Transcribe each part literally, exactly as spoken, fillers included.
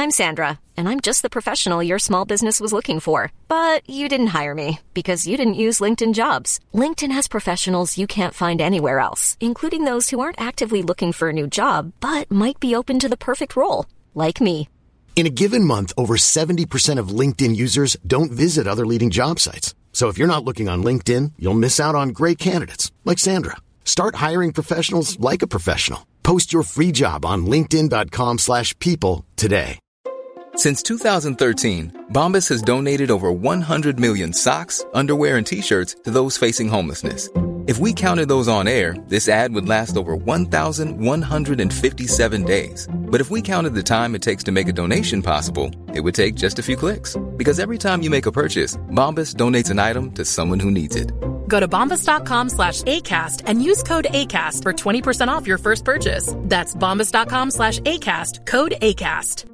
I'm Sandra, and I'm just the professional your small business was looking for. But you didn't hire me because you didn't use LinkedIn Jobs. LinkedIn has professionals you can't find anywhere else, including those who aren't actively looking for a new job, but might be open to the perfect role, like me. In a given month, over seventy percent of LinkedIn users don't visit other leading job sites. So if you're not looking on LinkedIn, you'll miss out on great candidates like Sandra. Start hiring professionals like a professional. Post your free job on linkedin dot com slash people today. Since two thousand thirteen, Bombas has donated over one hundred million socks, underwear, and T-shirts to those facing homelessness. If we counted those on air, this ad would last over one thousand one hundred fifty-seven days. But if we counted the time it takes to make a donation possible, it would take just a few clicks. Because every time you make a purchase, Bombas donates an item to someone who needs it. Go to bombas.com slash ACAST and use code ACAST for twenty percent off your first purchase. That's bombas.com slash ACAST, code ACAST.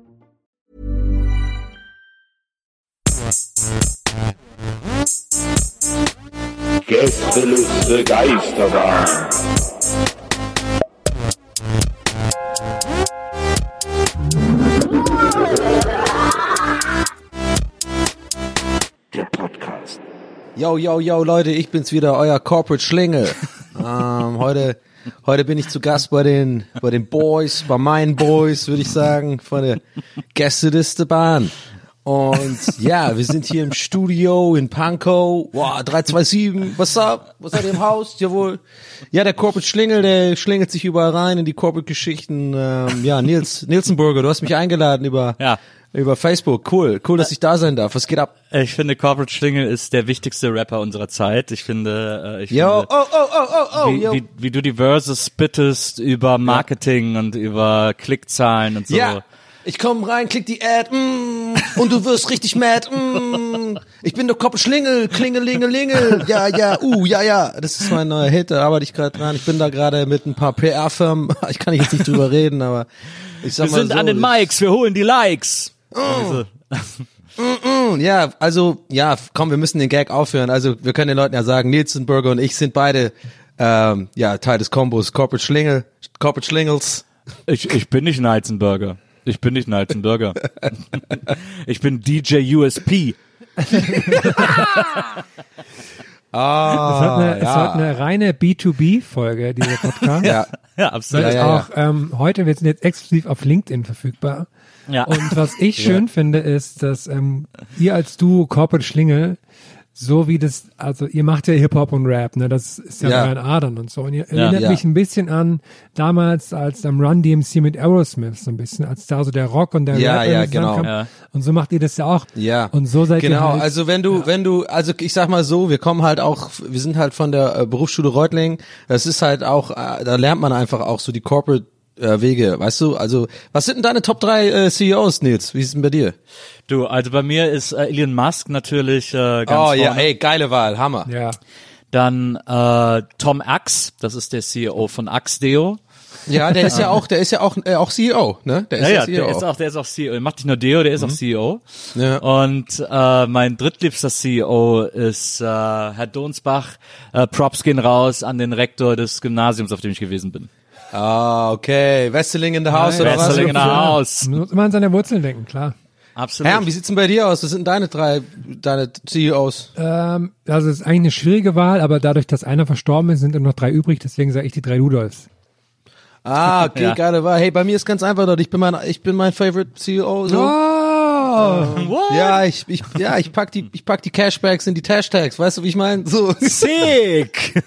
Gästeliste Geisterbahn. Der Podcast. Yo, yo, yo, Leute, ich bin's wieder, euer Corporate Schlingel. ähm, heute, heute bin ich zu Gast bei den, bei den Boys, bei meinen Boys, würde ich sagen, von der Gästeliste Bahn. Und ja, wir sind hier im Studio in Pankow. Wow, drei zwei sieben, what's up? Was seid ihr im Haus? Jawohl. Ja, der Corporate Schlingel, der schlingelt sich überall rein in die Corporate-Geschichten. Ähm, ja, Nils, Nielsenburger, du hast mich eingeladen über, ja. über Facebook. Cool, cool, dass ich da sein darf. Was geht ab? Ich finde, Corporate Schlingel ist der wichtigste Rapper unserer Zeit. Ich finde, äh, ich yo, finde, oh, oh, oh, oh, oh, wie, yo. wie, wie du die Verses spittest über Marketing ja. und über Klickzahlen und so. Ja. Ich komm rein, klick die Ad, mm, und du wirst richtig mad, mm. Ich bin der Corporate Schlingel, Klingelingelingel, ja, ja, uh, ja, ja. Das ist mein neuer Hit, da arbeite ich gerade dran. Ich bin da gerade mit ein paar P R-Firmen, ich kann jetzt nicht drüber reden, aber ich sag wir mal sind so, an den Mics, wir holen die Likes. Oh. Also. Mm, mm, ja, also, ja, komm, wir müssen den Gag aufhören. Also, wir können den Leuten ja sagen, Nielsenburger und ich sind beide, ähm, ja, Teil des Kombos Corporate Schlingel, Corporate Schlingels. Ich, ich bin nicht Nielsenburger. Ich bin nicht Nielsenburger. Ich bin D J U S P. Ah, es, hat eine, ja. es hat eine reine B zwei B-Folge, dieser Podcast. ja. ja, absolut. Weil Ja, ja, auch ähm, heute, wir sind jetzt exklusiv auf LinkedIn verfügbar. Ja. Und was ich schön ja. finde, ist, dass ähm, ihr als Duo Corporate Schlingel, so wie das, also ihr macht ja Hip-Hop und Rap, ne, das ist ja, ja. euren Adern und so. Und ihr Ja. erinnert Ja. mich ein bisschen an damals als am Run D M C mit Aerosmith, so ein bisschen, als da so der Rock und der Ja, Rap ja, irgendwie genau. zusammenkam. Ja. Und so macht ihr das ja auch. Ja, Und so seid genau. ihr halt, Also wenn du, ja. wenn du, also ich sag mal so, wir kommen halt auch, wir sind halt von der äh, Berufsschule Reutlingen. Das ist halt auch, äh, da lernt man einfach auch so die Corporate äh, Wege, weißt du? Also was sind denn deine Top drei äh, C E Os, Nils? Wie ist es denn bei dir? Du, also bei mir ist äh, Elon Musk natürlich äh, ganz Oh vorne. ja, ey, geile Wahl, Hammer. ja. Dann äh, Tom Axe, das ist der C E O von Axdeo. Ja, der ist ja auch, der ist ja auch, äh, auch C E O, ne? Der ist Ja, ja, ja, C E O. der ist auch, der ist auch C E O. Der macht nicht nur Deo, der ist auch C E O. Ja. Und äh, mein drittliebster C E O ist äh, Herr Donsbach. Äh, Props gehen raus an den Rektor des Gymnasiums, auf dem ich gewesen bin. Ah, okay. Wesseling in the house, oder was? Wesseling in the house. Man muss immer an seine Wurzeln denken, klar. Absolut. Herm, wie sieht's denn bei dir aus? Was sind deine drei, deine C E Os? Ähm, also es ist eigentlich eine schwierige Wahl, aber dadurch, dass einer verstorben ist, sind nur noch drei übrig, deswegen sage ich die drei Ludolfs. Ah, okay, Ja. geile Wahl. Hey, bei mir ist ganz einfach, Leute. Ich bin mein, ich bin mein Favorite C E O, so. Oh! Ja, ich, ich, ja, ich pack die, ich pack die Cashbacks in die Tashtags. Weißt du, wie ich meine? So. Sick!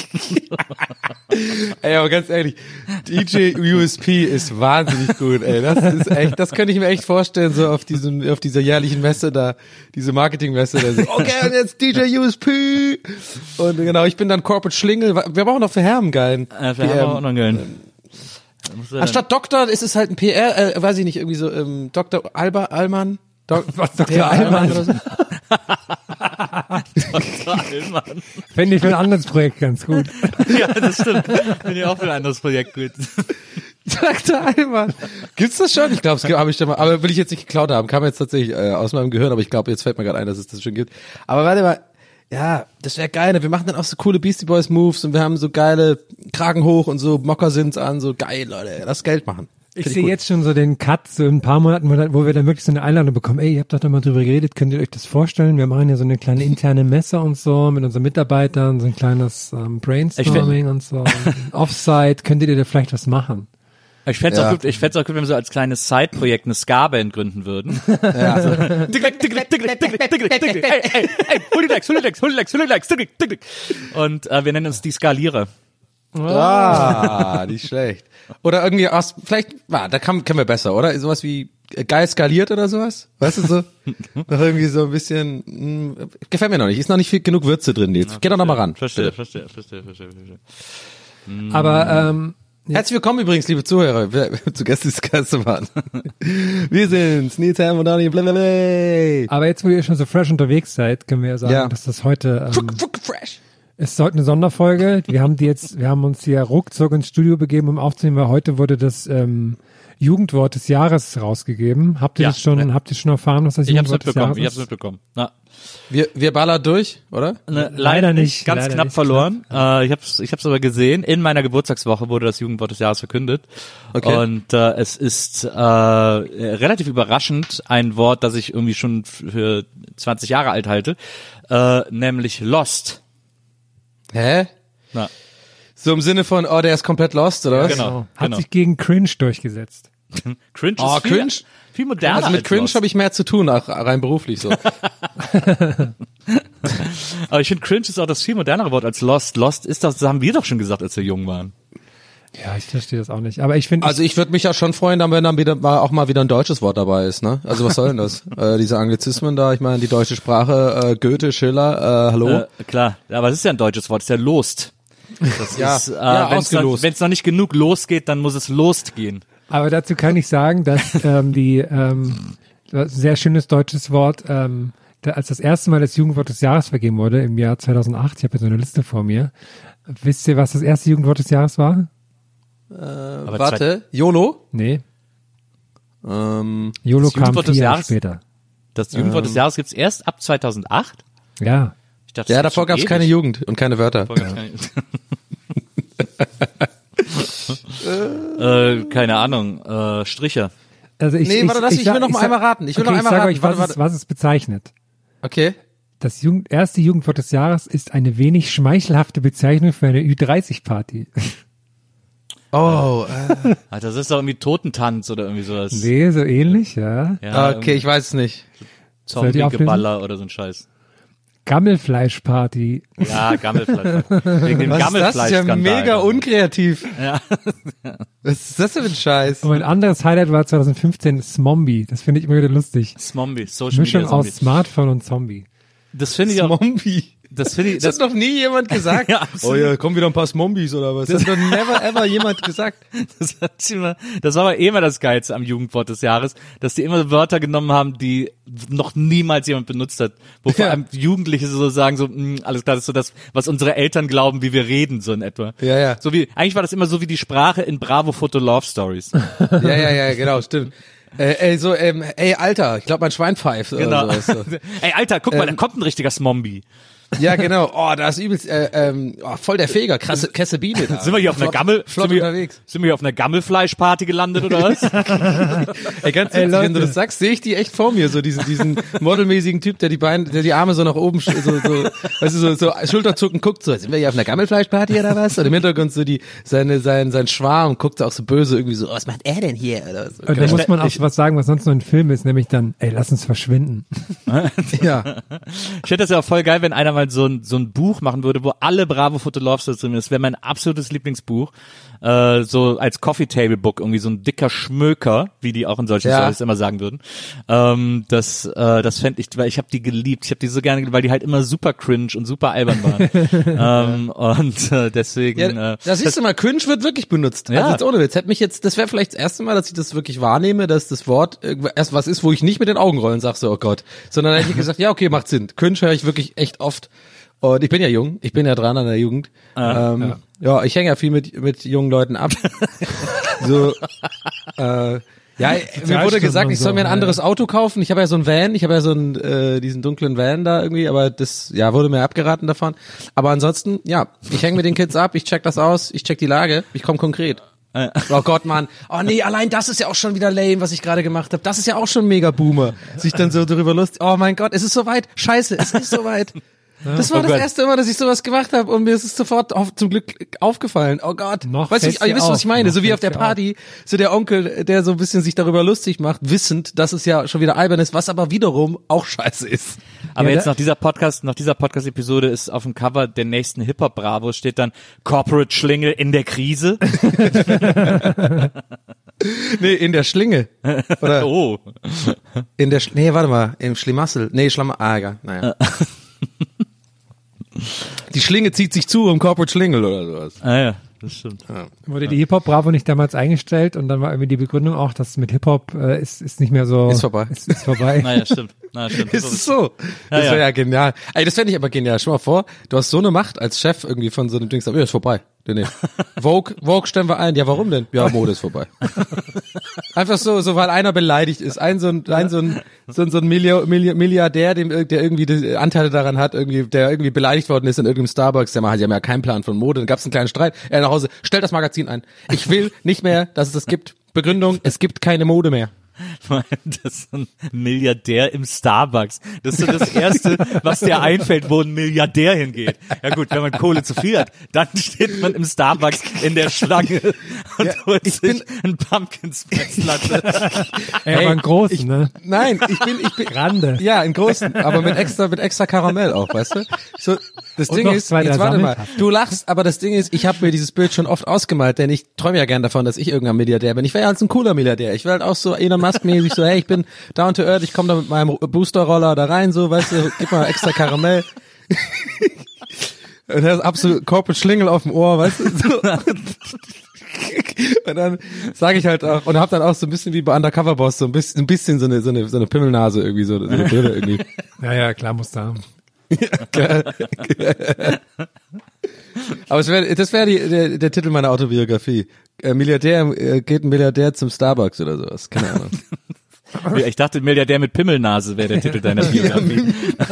Ey, aber ganz ehrlich, D J U S P ist wahnsinnig gut, ey. Das ist echt, das könnte ich mir echt vorstellen, so auf diesem, auf dieser jährlichen Messe da, diese Marketingmesse da. So, okay, und jetzt D J U S P. Und genau, ich bin dann Corporate Schlingel. Wir brauchen noch für Herm geilen. Äh, wir haben auch noch einen geilen. Anstatt Doktor ist es halt ein P R, äh, weiß ich nicht, irgendwie so, ähm, Doktor Alba, Allmann. Dok- Was, Doktor P R Allmann? oder so. Doktor Allmann. Fände ich für ein anderes Projekt ganz gut. Ja, das stimmt. Bin ich auch für ein anderes Projekt gut. Doktor Allmann. Gibt's das schon? Ich glaube, es habe ich da mal, aber will ich jetzt nicht geklaut haben. Kam jetzt tatsächlich äh, aus meinem Gehirn, aber ich glaube, jetzt fällt mir gerade ein, dass es das schon gibt. Aber warte mal, ja, das wäre geil. Wir machen dann auch so coole Beastie Boys Moves und wir haben so geile Kragen hoch und so Moccasins an, so geil, Leute. Lass Geld machen. Ich Find sehe gut. jetzt schon so den Cut, so in ein paar Monaten, wo, dann, wo wir dann wirklich so eine Einladung bekommen. Ey, ihr habt doch da mal drüber geredet, könnt ihr euch das vorstellen? Wir machen ja so eine kleine interne Messe und so mit unseren Mitarbeitern, so ein kleines ähm, Brainstorming und so. Offsite, könntet ihr da vielleicht was machen? Ich fänd's Ja. auch gut, ich fänd's auch gut, wenn wir so als kleines Side-Projekt eine Ska-Band gründen würden. Ja, so. Ey, ey, ey, Hulilex, Hulilex, Hulilex, Hulilex, und äh, wir nennen uns die Skalierer. Ah, nicht schlecht. Oder irgendwie aus, vielleicht, ah, da kann, können wir besser, oder? Sowas wie äh, geil skaliert oder sowas? Weißt du so? Noch irgendwie so ein bisschen, mh, gefällt mir noch nicht. Ist noch nicht viel, genug Würze drin jetzt. Geh doch noch mal ran. Verstehe, verstehe, verstehe, verstehe, verstehe. Aber ähm, Herzlich willkommen übrigens, liebe Zuhörer, wer- zu Gäste des Geisterbahn. Wir sind's, Nils Helm und Dani, blablabla. aber jetzt, wo ihr schon so fresh unterwegs seid, können wir ja sagen, Ja. dass das heute ähm, Fuck, fuck, fresh. es ist heute eine Sonderfolge. Wir haben die jetzt, wir haben uns hier ruckzuck ins Studio begeben, um aufzunehmen, weil heute wurde das ähm, Jugendwort des Jahres rausgegeben. Habt ihr Ja. das schon, habt ihr schon erfahren, was das Ich hab's Jugendwort des mitbekommen, Jahres ich hab's ist? mitbekommen. Na, Wir, wir ballern durch, oder? ne, Leider nicht, ganz leider knapp nicht, verloren. Äh, ich hab's, ich hab's aber gesehen. In meiner Geburtstagswoche wurde das Jugendwort des Jahres verkündet. Okay. Und äh, es ist äh, relativ überraschend ein Wort, das ich irgendwie schon für zwanzig Jahre alt halte, äh, nämlich Lost. Hä? Na, So im Sinne von, oh, der ist komplett lost, oder was? genau. Hat genau. sich gegen Cringe durchgesetzt. Cringe Oh, ist viel, Cringe? viel moderner. Also mit als Cringe Lost. habe ich mehr zu tun, auch rein beruflich so. Aber ich finde, Cringe ist auch das viel modernere Wort als Lost. Lost ist das, das haben wir doch schon gesagt, als wir jung waren. Ja, ich verstehe das auch nicht. Aber ich finde, Also ich würde mich ja schon freuen, wenn dann wieder mal auch mal wieder ein deutsches Wort dabei ist, ne? Also was soll denn das? äh, diese Anglizismen da, ich meine die deutsche Sprache, äh, Goethe, Schiller, äh, hallo? Äh, klar, aber es ist ja ein deutsches Wort, es ist ja Lost. Das Ja, ist, äh, ja, wenn es noch, ausgelost. wenn's noch nicht genug losgeht, dann muss es lost gehen. aber dazu kann ich sagen, dass ähm, die ähm, das ist ein sehr schönes deutsches Wort, ähm, da, als das erste Mal das Jugendwort des Jahres vergeben wurde im Jahr zweitausendacht, ich habe hier so eine Liste vor mir. Wisst ihr, was das erste Jugendwort des Jahres war? Aber Warte, YOLO? Nee, Ähm, YOLO Das kam Jugendwort vier des Jahre Jahres? später. Das Jugendwort des Jahres gibt's erst ab zweitausendacht. Ja, Ich dachte, ja, das davor ist gab es schon keine ewig. Jugend und keine Wörter. Davor gab's keine, äh, keine Ahnung, äh, Stricher. also ich, Nee, ich, warte, lass mich- ich sag- will noch mal sag- einmal raten. Ich will okay, noch einmal ich sag raten. euch, was, Warte, es, warte. was es bezeichnet. Okay. Das Jugend, erste Jugendwort des Jahres ist eine wenig schmeichelhafte Bezeichnung für eine Ü dreißig Party. Oh, äh, Alter, das ist doch irgendwie Totentanz oder irgendwie sowas. Nee, so ähnlich, ja. Ja, okay, ich weiß es nicht. Soll die Zombie-Geballer oder so ein Scheiß. Gammelfleischparty. Ja, Gammelfleisch. Wegen dem Was ist das? Das ist ja Gammelfleisch-Skandal. mega unkreativ. Ja. Was ist das für ein Scheiß? Und ein anderes Highlight war zweitausendfünfzehn Smombi. Das finde ich immer wieder lustig. Zombie, Social Mischung Media aus Zombie. Smartphone und Zombie. Das finde ich auch, Smombi. das finde ich, Das das, hat noch nie jemand gesagt. Ja, oh ja, kommen wieder ein paar Smombis oder was? Das hat doch never ever jemand gesagt. das, hat sie immer, das war aber eh immer das Geilste am Jugendwort des Jahres, dass die immer Wörter genommen haben, die noch niemals jemand benutzt hat. Wo vor Ja. allem Jugendliche so sagen, so, mh, alles klar, das ist so das, was unsere Eltern glauben, wie wir reden, so in etwa. Ja, ja. So wie, eigentlich war das immer so wie die Sprache in Bravo Photo Love Stories. Ja, ja, ja, genau, stimmt. Äh, ey, so, ähm, ey, Alter, ich glaube, mein Schwein pfeift. Genau. Oder sowas. So. Ey, Alter, guck mal, da Ähm, kommt ein richtiger Smombi. Ja, genau. Oh, da ist übelst, äh, ähm, oh, voll der Feger, krasse, krasse Biene da. Sind wir hier auf einer Flott- Gammel, Flott sind wir, unterwegs. sind wir hier auf einer Gammelfleischparty gelandet oder was? Ey, ganz Ey, witzig, Leute. wenn du das sagst, sehe ich die echt vor mir, so diesen, diesen modelmäßigen Typ, der die Beine, der die Arme so nach oben, sch- so, so, weißt du, so, so Schulterzucken guckt, so, sind wir hier auf einer Gammelfleischparty oder was? Und im Hintergrund so die, seine, sein, sein Schwarm guckt auch so böse irgendwie so, oh, was macht er denn hier? Oder so. Und da muss man auch so was sagen, was sonst nur ein Film ist, nämlich dann, ey, lass uns verschwinden. Ja. Ich hätte das ja auch voll geil, wenn einer mal so ein, so ein Buch machen würde, wo alle Bravo Photo Love Stories drin sind. Das wäre mein absolutes Lieblingsbuch. Äh, so als Coffee Table Book, irgendwie so ein dicker Schmöker, wie die auch in solchen Ja. Stories immer sagen würden. Ähm, das äh, das fände ich, weil ich habe die geliebt. Ich habe die so gerne, geliebt, weil die halt immer super cringe und super albern waren. ähm, und äh, deswegen Ja, äh, da siehst du mal, cringe wird wirklich benutzt. Ja. Also jetzt ohne Witz. Hätte mich jetzt, das wäre vielleicht das erste Mal, dass ich das wirklich wahrnehme, dass das Wort irgendwo- erst was ist, wo ich nicht mit den Augen rollen sag, so, oh Gott. Sondern dann hätte ich gesagt, ja, okay, macht Sinn. Cringe höre ich wirklich echt oft. Und ich bin ja jung, ich bin ja dran an der Jugend. Ah, ähm, ja. ich hänge ja viel mit, mit jungen Leuten ab. so, äh, ja, mir wurde Sozialstunden gesagt, und ich soll so, mir ein ja. anderes Auto kaufen. Ich habe ja so ein Van, ich habe ja so einen, äh, diesen dunklen Van da irgendwie, aber das, ja, wurde mir abgeraten davon. Aber ansonsten, ja, ich hänge mit den Kids ab, ich check das aus, ich check die Lage, ich komme konkret. Oh Gott, Mann. Oh nee, allein das ist ja auch schon wieder lame, was ich gerade gemacht habe. Das ist ja auch schon mega Boomer. Sich dann so darüber lustig. Oh mein Gott, es ist soweit. Scheiße, es ist soweit. Das war Oh das Gott. erste Mal, dass ich sowas gemacht habe und mir ist es sofort auf, zum Glück aufgefallen. Oh Gott. Noch weißt du, ich, fällt's ihr dir wisst, was auf. ich meine. Noch So wie auf fällt's der dir Party, so der Onkel, der so ein bisschen sich darüber lustig macht, wissend, dass es ja schon wieder albern ist, was aber wiederum auch scheiße ist. Aber Ja, jetzt da- nach dieser Podcast, nach dieser Podcast-Episode ist auf dem Cover der nächsten Hip-Hop-Bravo steht dann Corporate Schlingel in der Krise. Nee, in der Schlinge. Oder Oh. in der, Sch nee, warte mal, im Schlimassel. Nee, Schlamm, ah, egal, naja. Die Schlinge zieht sich zu um Corporate Schlingel oder sowas. Ah ja, das stimmt. Wurde die Hip-Hop-Bravo nicht damals eingestellt und dann war irgendwie die Begründung auch, dass mit Hip-Hop äh, ist, ist nicht mehr so... Ist vorbei. Ist, ist vorbei. Naja, stimmt. Na, stimmt. Ist es so? Das ja. wäre ja genial. Ey, das fände ich aber genial. Stell mal vor, du hast so eine Macht als Chef irgendwie von so einem Ding, ja, ist vorbei. Nee, nee. Vogue, Vogue stellen wir ein. Ja, warum denn? Ja, Mode ist vorbei. Einfach so, so, weil einer beleidigt ist. Ein so ein, ein so ein, so ein, so ein Milli- Milli- Milliardär, dem, der irgendwie die Anteile daran hat, irgendwie, der irgendwie beleidigt worden ist in irgendeinem Starbucks. Der hat ja mehr keinen Plan von Mode. Dann gab es einen kleinen Streit. Er nach Hause, stellt das Magazin ein. Ich will nicht mehr, dass es das gibt. Begründung, es gibt keine Mode mehr. Das ist ein Milliardär im Starbucks. Das ist so das Erste, was dir einfällt, wo ein Milliardär hingeht. Ja gut, wenn man Kohle zu viel hat, dann steht man im Starbucks in der Schlange und Ja, holt ich sich ein Pumpkin Spice Latte. Ey, aber einen großen, ich, ne? Nein, ich bin, ich bin, Grande. ja, in großen, aber mit extra, mit extra Karamell auch, weißt du? So, das Und Ding noch ist, zwei, drei jetzt warte mal, Sammeltaschen. du lachst, aber das Ding ist, ich habe mir dieses Bild schon oft ausgemalt, denn ich träume ja gern davon, dass ich irgendein Milliardär bin. Ich wäre ja halt ein cooler Milliardär. Ich wäre halt auch so Elon Musk-mäßig so, hey, ich bin down to earth, ich komme da mit meinem Boosterroller da rein, so, weißt du, gib mal extra Karamell. Und das ist absolut Corporate Schlingel auf dem Ohr, weißt du? So. Und dann sage ich halt auch, und hab dann auch so ein bisschen wie bei Undercover Boss, so ein bisschen, ein bisschen so eine, so eine, so eine Pimmelnase irgendwie, so, so eine Brille irgendwie. Ja, ja, klar, muss da haben. Aber es wär, das wäre der, der Titel meiner Autobiografie. Äh, Milliardär, äh, geht ein Milliardär zum Starbucks oder sowas, keine Ahnung. Ich dachte, Milliardär mit Pimmelnase wäre der Titel deiner Biografie.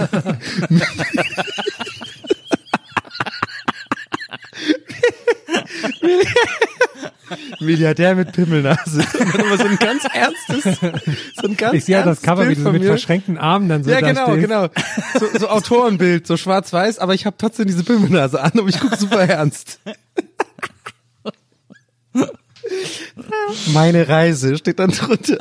Milliardär mit Pimmelnase. Und dann immer so ein ganz ernstes, so ein ganz Ich sehe ja das ernstes Cover, wie Bild du von mit mir. verschränkten Armen dann so Ja, da genau, stehst. genau. So, so Autorenbild, so schwarz-weiß, aber ich habe trotzdem diese Pimmelnase an, aber ich gucke super ernst. Meine Reise steht dann drunter.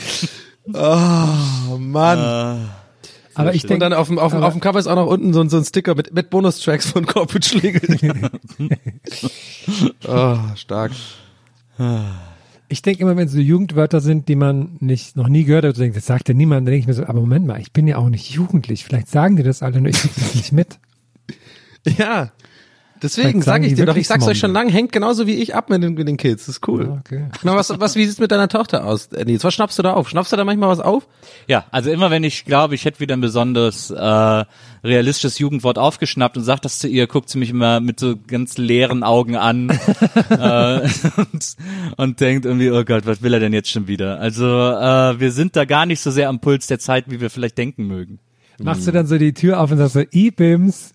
Oh, Mann. Aber ich Und denke, dann auf dem, auf dem, auf dem Cover ist auch noch unten so, ein- so ein Sticker mit, mit Bonustracks von Corporate Schlingel. Oh, stark. ich denke immer, wenn so Jugendwörter sind, die man nicht noch nie gehört hat, so denkt, das sagt ja niemand, dann denke ich mir so, aber Moment mal, ich bin ja auch nicht jugendlich. Vielleicht sagen die das alle, nur ich krieg das nicht mit. Ja. Deswegen Vielleicht sage sagen ich die dir doch, wirklich ich sag's euch schon Smombe. lang, hängt genauso wie ich ab mit den, mit den Kids. Das ist cool. Ah, okay. Na, was, was, wie sieht's mit deiner Tochter aus, Nils? Was schnappst du da auf? Schnappst du da manchmal was auf? Ja, also immer wenn ich glaube, ich hätte wieder ein besonders äh, realistisches Jugendwort aufgeschnappt und sag das zu ihr, guckt sie mich immer mit so ganz leeren Augen an äh, und, und denkt irgendwie, oh Gott, was will er denn jetzt schon wieder? Also äh, wir sind da gar nicht so sehr am Puls der Zeit, wie wir vielleicht denken mögen. Machst du dann so die Tür auf und sagst so, I-Bims.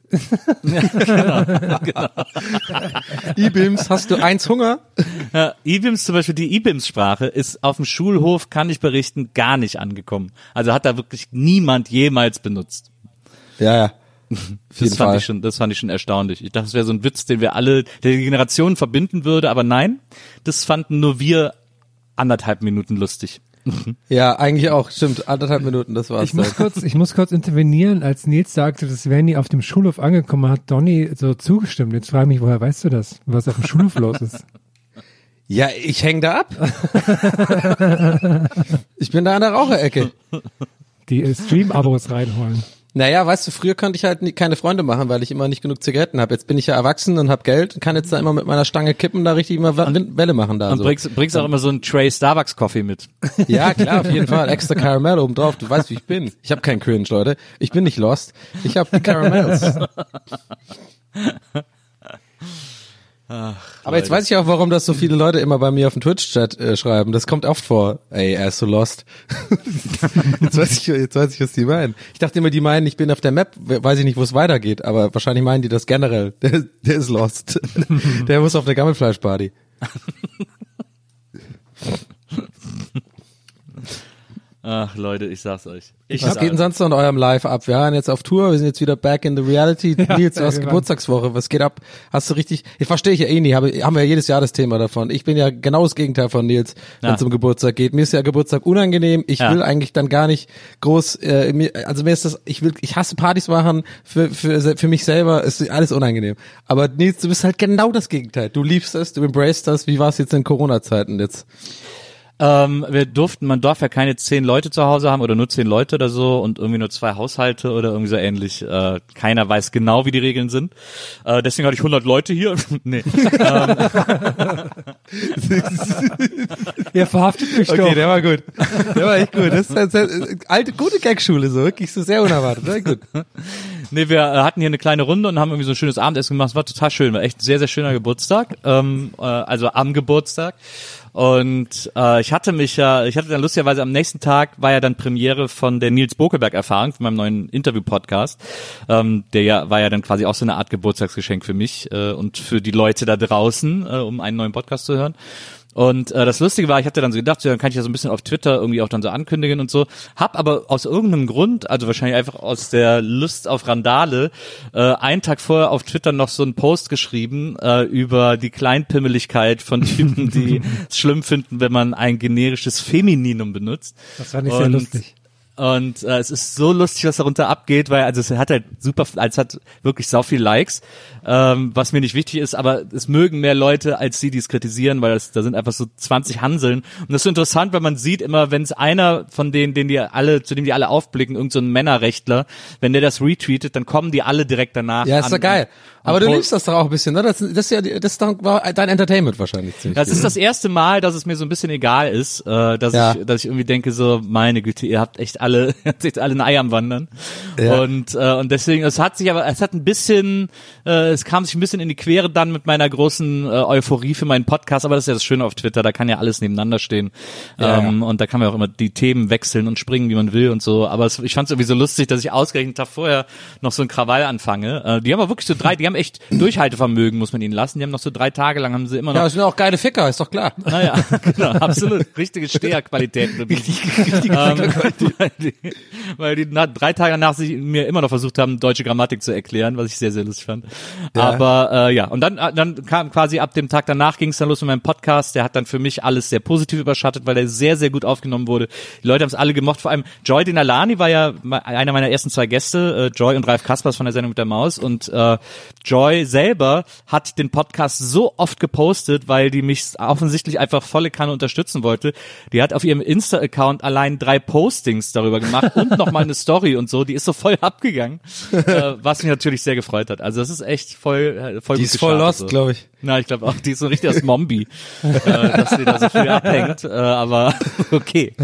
I-Bims, hast du eins Hunger? Ja, I-Bims zum Beispiel, die I-Bims-Sprache ist auf dem Schulhof, kann ich berichten, gar nicht angekommen. Also hat da wirklich niemand jemals benutzt. Ja, ja. Auf Das jeden fand Fall. ich schon, das fand ich schon erstaunlich. Ich dachte, es wäre so ein Witz, den wir alle, der die Generationen verbinden würde, aber nein, das fanden nur wir anderthalb Minuten lustig. Ja, eigentlich auch. Stimmt, anderthalb Minuten, das war's. Ich muss dann. kurz, ich muss kurz intervenieren, als Nils sagte, das wäre nie auf dem Schulhof angekommen, hat Donny so zugestimmt. Jetzt frage ich mich, woher weißt du das? Was auf dem Schulhof los ist? Ja, ich häng da ab. Ich bin da an der Raucherecke. Die Stream-Abos reinholen. Naja, weißt du, früher konnte ich halt nie, keine Freunde machen, weil ich immer nicht genug Zigaretten habe. Jetzt bin ich ja erwachsen und habe Geld und kann jetzt da immer mit meiner Stange kippen, da richtig immer Wind- Welle machen da. Und so. bringst, bringst auch immer so einen Tray Starbucks Coffee mit. Ja, klar, auf jeden Fall. Extra Caramel oben drauf. Du weißt, wie ich bin. Ich habe keinen Cringe, Leute. Ich bin nicht lost. Ich habe die Caramels. Aber jetzt weiß ich auch, warum das so viele Leute immer bei mir auf dem Twitch-Chat äh, schreiben. Das kommt oft vor. Ey, er ist so lost. jetzt, weiß ich, jetzt weiß ich, was die meinen. Ich dachte immer, die meinen, ich bin auf der Map, weiß ich nicht, wo es weitergeht. Aber wahrscheinlich meinen die das generell. Der, der ist lost. Der muss auf der Gammelfleischparty. Ach Leute, ich sag's euch. Ich Was geht denn sonst noch in eurem Live ab? Wir waren jetzt auf Tour, wir sind jetzt wieder back in the reality. Ja, Nils, du ja, hast wir Geburtstagswoche, was geht ab? Hast du richtig, ich verstehe ich ja eh nie, habe, haben wir ja jedes Jahr das Thema davon. Ich bin ja genau das Gegenteil von Nils, wenn es Ja. um Geburtstag geht. Mir ist ja Geburtstag unangenehm, ich Ja. will eigentlich dann gar nicht groß, äh, mir, also mir ist das, ich will, ich hasse Partys machen, für, für, für mich selber ist alles unangenehm. Aber Nils, du bist halt genau das Gegenteil. Du liebst es, du embracest das. Wie war es jetzt in Corona-Zeiten jetzt? Ähm, wir durften, man darf ja keine zehn Leute zu Hause haben oder nur zehn Leute oder so und irgendwie nur zwei Haushalte oder irgendwie so ähnlich. Äh, keiner weiß genau, wie die Regeln sind. Äh, deswegen hatte ich hundert Leute hier. nee. ähm. Ihr verhaftet mich Okay, doch. der war gut. Der war echt gut. Das ist, das ist alte, gute Gagschule, so wirklich so sehr unerwartet. Sehr gut. Nee, wir äh, hatten hier eine kleine Runde und haben irgendwie so ein schönes Abendessen gemacht. Es war total schön, war echt ein sehr, sehr schöner Geburtstag. Ähm, äh, also am Geburtstag. Und äh, ich hatte mich ja, ich hatte dann lustigerweise am nächsten Tag war ja dann Premiere von der Nils Bokelberg-Erfahrung, von meinem neuen Interview-Podcast. Ähm, der ja war ja dann quasi auch so eine Art Geburtstagsgeschenk für mich äh, und für die Leute da draußen, äh, um einen neuen Podcast zu hören. Und äh, das Lustige war, ich hatte dann so gedacht, so, dann kann ich ja so ein bisschen auf Twitter irgendwie auch dann so ankündigen und so. Hab aber aus irgendeinem Grund, also wahrscheinlich einfach aus der Lust auf Randale, äh, einen Tag vorher auf Twitter noch so einen Post geschrieben äh, über die Kleinpimmeligkeit von Typen, die es schlimm finden, wenn man ein generisches Femininum benutzt. Das war nicht sehr Und lustig. Und äh, es ist so lustig, was darunter abgeht, weil also es hat halt super, also es hat wirklich sau viel Likes, ähm, was mir nicht wichtig ist, aber es mögen mehr Leute als die, die es kritisieren, weil das, da sind einfach so zwanzig Hanseln. Und das ist so interessant, weil man sieht immer, wenn es einer von denen, den die alle, zu dem die alle aufblicken, irgend so ein Männerrechtler, wenn der das retweetet, dann kommen die alle direkt danach. Ja, ist doch an geil. und- Aber und du po- liebst das doch auch ein bisschen, ne? Das, das ist ja, die- das ist doch, war dein Entertainment wahrscheinlich ziemlich. Das viel, ist das erste Mal, dass es mir so ein bisschen egal ist, äh, dass Ja. ich, dass ich irgendwie denke so, meine Güte, ihr habt echt alle, ihr habt echt alle ein Ei am Wandern. Ja. Und äh, und deswegen, es hat sich aber, es hat ein bisschen, äh, es kam sich ein bisschen in die Quere dann mit meiner großen äh, Euphorie für meinen Podcast. Aber das ist ja das Schöne auf Twitter, da kann ja alles nebeneinander stehen. Ja, ähm, Und da kann man auch immer die Themen wechseln und springen, wie man will und so. Aber es, ich fand es irgendwie so lustig, dass ich ausgerechnet einen Tag vorher noch so einen Krawall anfange. Äh, die haben aber wirklich so drei, die haben echt Durchhaltevermögen, muss man ihnen lassen. Die haben noch so drei Tage lang, haben sie immer noch. Ja, das sind auch geile Ficker, ist doch klar. Naja, genau, absolut. Richtige Steherqualitäten. ähm, weil die, weil die nach, drei Tage danach sich mir immer noch versucht haben, deutsche Grammatik zu erklären, was ich sehr, sehr lustig fand. Ja. Aber äh, ja, und dann dann kam quasi ab dem Tag danach ging es dann los mit meinem Podcast. Der hat dann für mich alles sehr positiv überschattet, weil er sehr, sehr gut aufgenommen wurde. Die Leute haben es alle gemocht. Vor allem Joy Denalani war ja einer meiner ersten zwei Gäste, äh, Joy und Ralf Kaspers von der Sendung mit der Maus. Und äh, Joy selber hat den Podcast so oft gepostet, weil die mich offensichtlich einfach volle Kanne unterstützen wollte. Die hat auf ihrem Insta-Account allein drei Postings darüber gemacht und nochmal eine Story und so. Die ist so voll abgegangen, äh, was mich natürlich sehr gefreut hat. Also das ist echt voll, äh, voll Die gut ist voll gestartet, lost, so. glaube ich. Na, ich glaube auch, die ist so richtig aus Mombi, äh, dass sie da so früh abhängt. Äh, aber okay.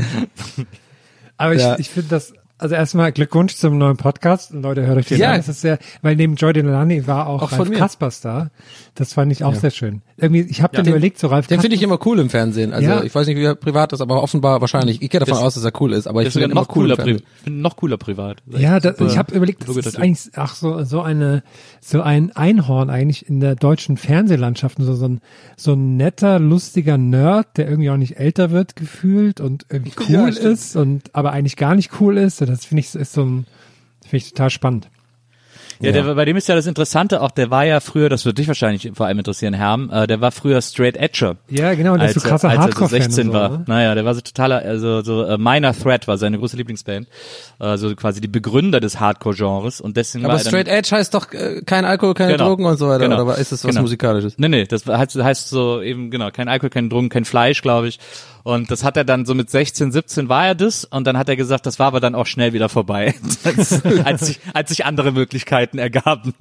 Aber ich, Ja. ich finde das, also erstmal Glückwunsch zum neuen Podcast. Und Leute, hört euch den Ja. an. Das ist sehr, weil neben Joy Denalani war auch, Auch von Ralf mir. Kaspers da. Das fand ich auch sehr schön. Irgendwie, ich habe dann Den- überlegt, so Ralf Den finde ich Kaspers- immer cool im Fernsehen. Also Ja. ich weiß nicht, wie er privat ist, aber offenbar wahrscheinlich. Ich gehe davon Das- aus, dass er cool ist, aber ich Das ist finde sogar ihn noch immer cool cooler, im pri Fernsehen. ich finde noch cooler privat. Ja, das, Super- ich habe überlegt, das super ist guter Typ. eigentlich ach so so eine so ein Einhorn eigentlich in der deutschen Fernsehlandschaft, so so ein so ein netter, lustiger Nerd, der irgendwie auch nicht älter wird gefühlt und irgendwie Ja, cool stimmt. ist und aber eigentlich gar nicht cool ist. Das finde ich ist so ein finde ich total spannend. Ja, der, bei dem ist ja das Interessante auch, der war ja früher, das wird dich wahrscheinlich vor allem interessieren, Herm, äh, der war früher Straight Edger. Ja, genau, und der als, ist so krasser er- als er so Hardcore-Fan sechzehn und so, war. ne? Naja, der war so totaler, also so äh, Minor Threat war seine große Lieblingsband. Also quasi die Begründer des Hardcore-Genres und deswegen Aber war er dann, Straight Edge heißt doch äh, kein Alkohol, keine Genau. Drogen und so weiter, Genau. oder ist das was Genau. Musikalisches? Nee, nee, das heißt, heißt so eben, genau, kein Alkohol, kein Drogen, kein Fleisch, glaube ich. Und das hat er dann so mit sechzehn, siebzehn war er das und dann hat er gesagt, das war aber dann auch schnell wieder vorbei, als, als, sich, als sich andere Möglichkeiten ergaben.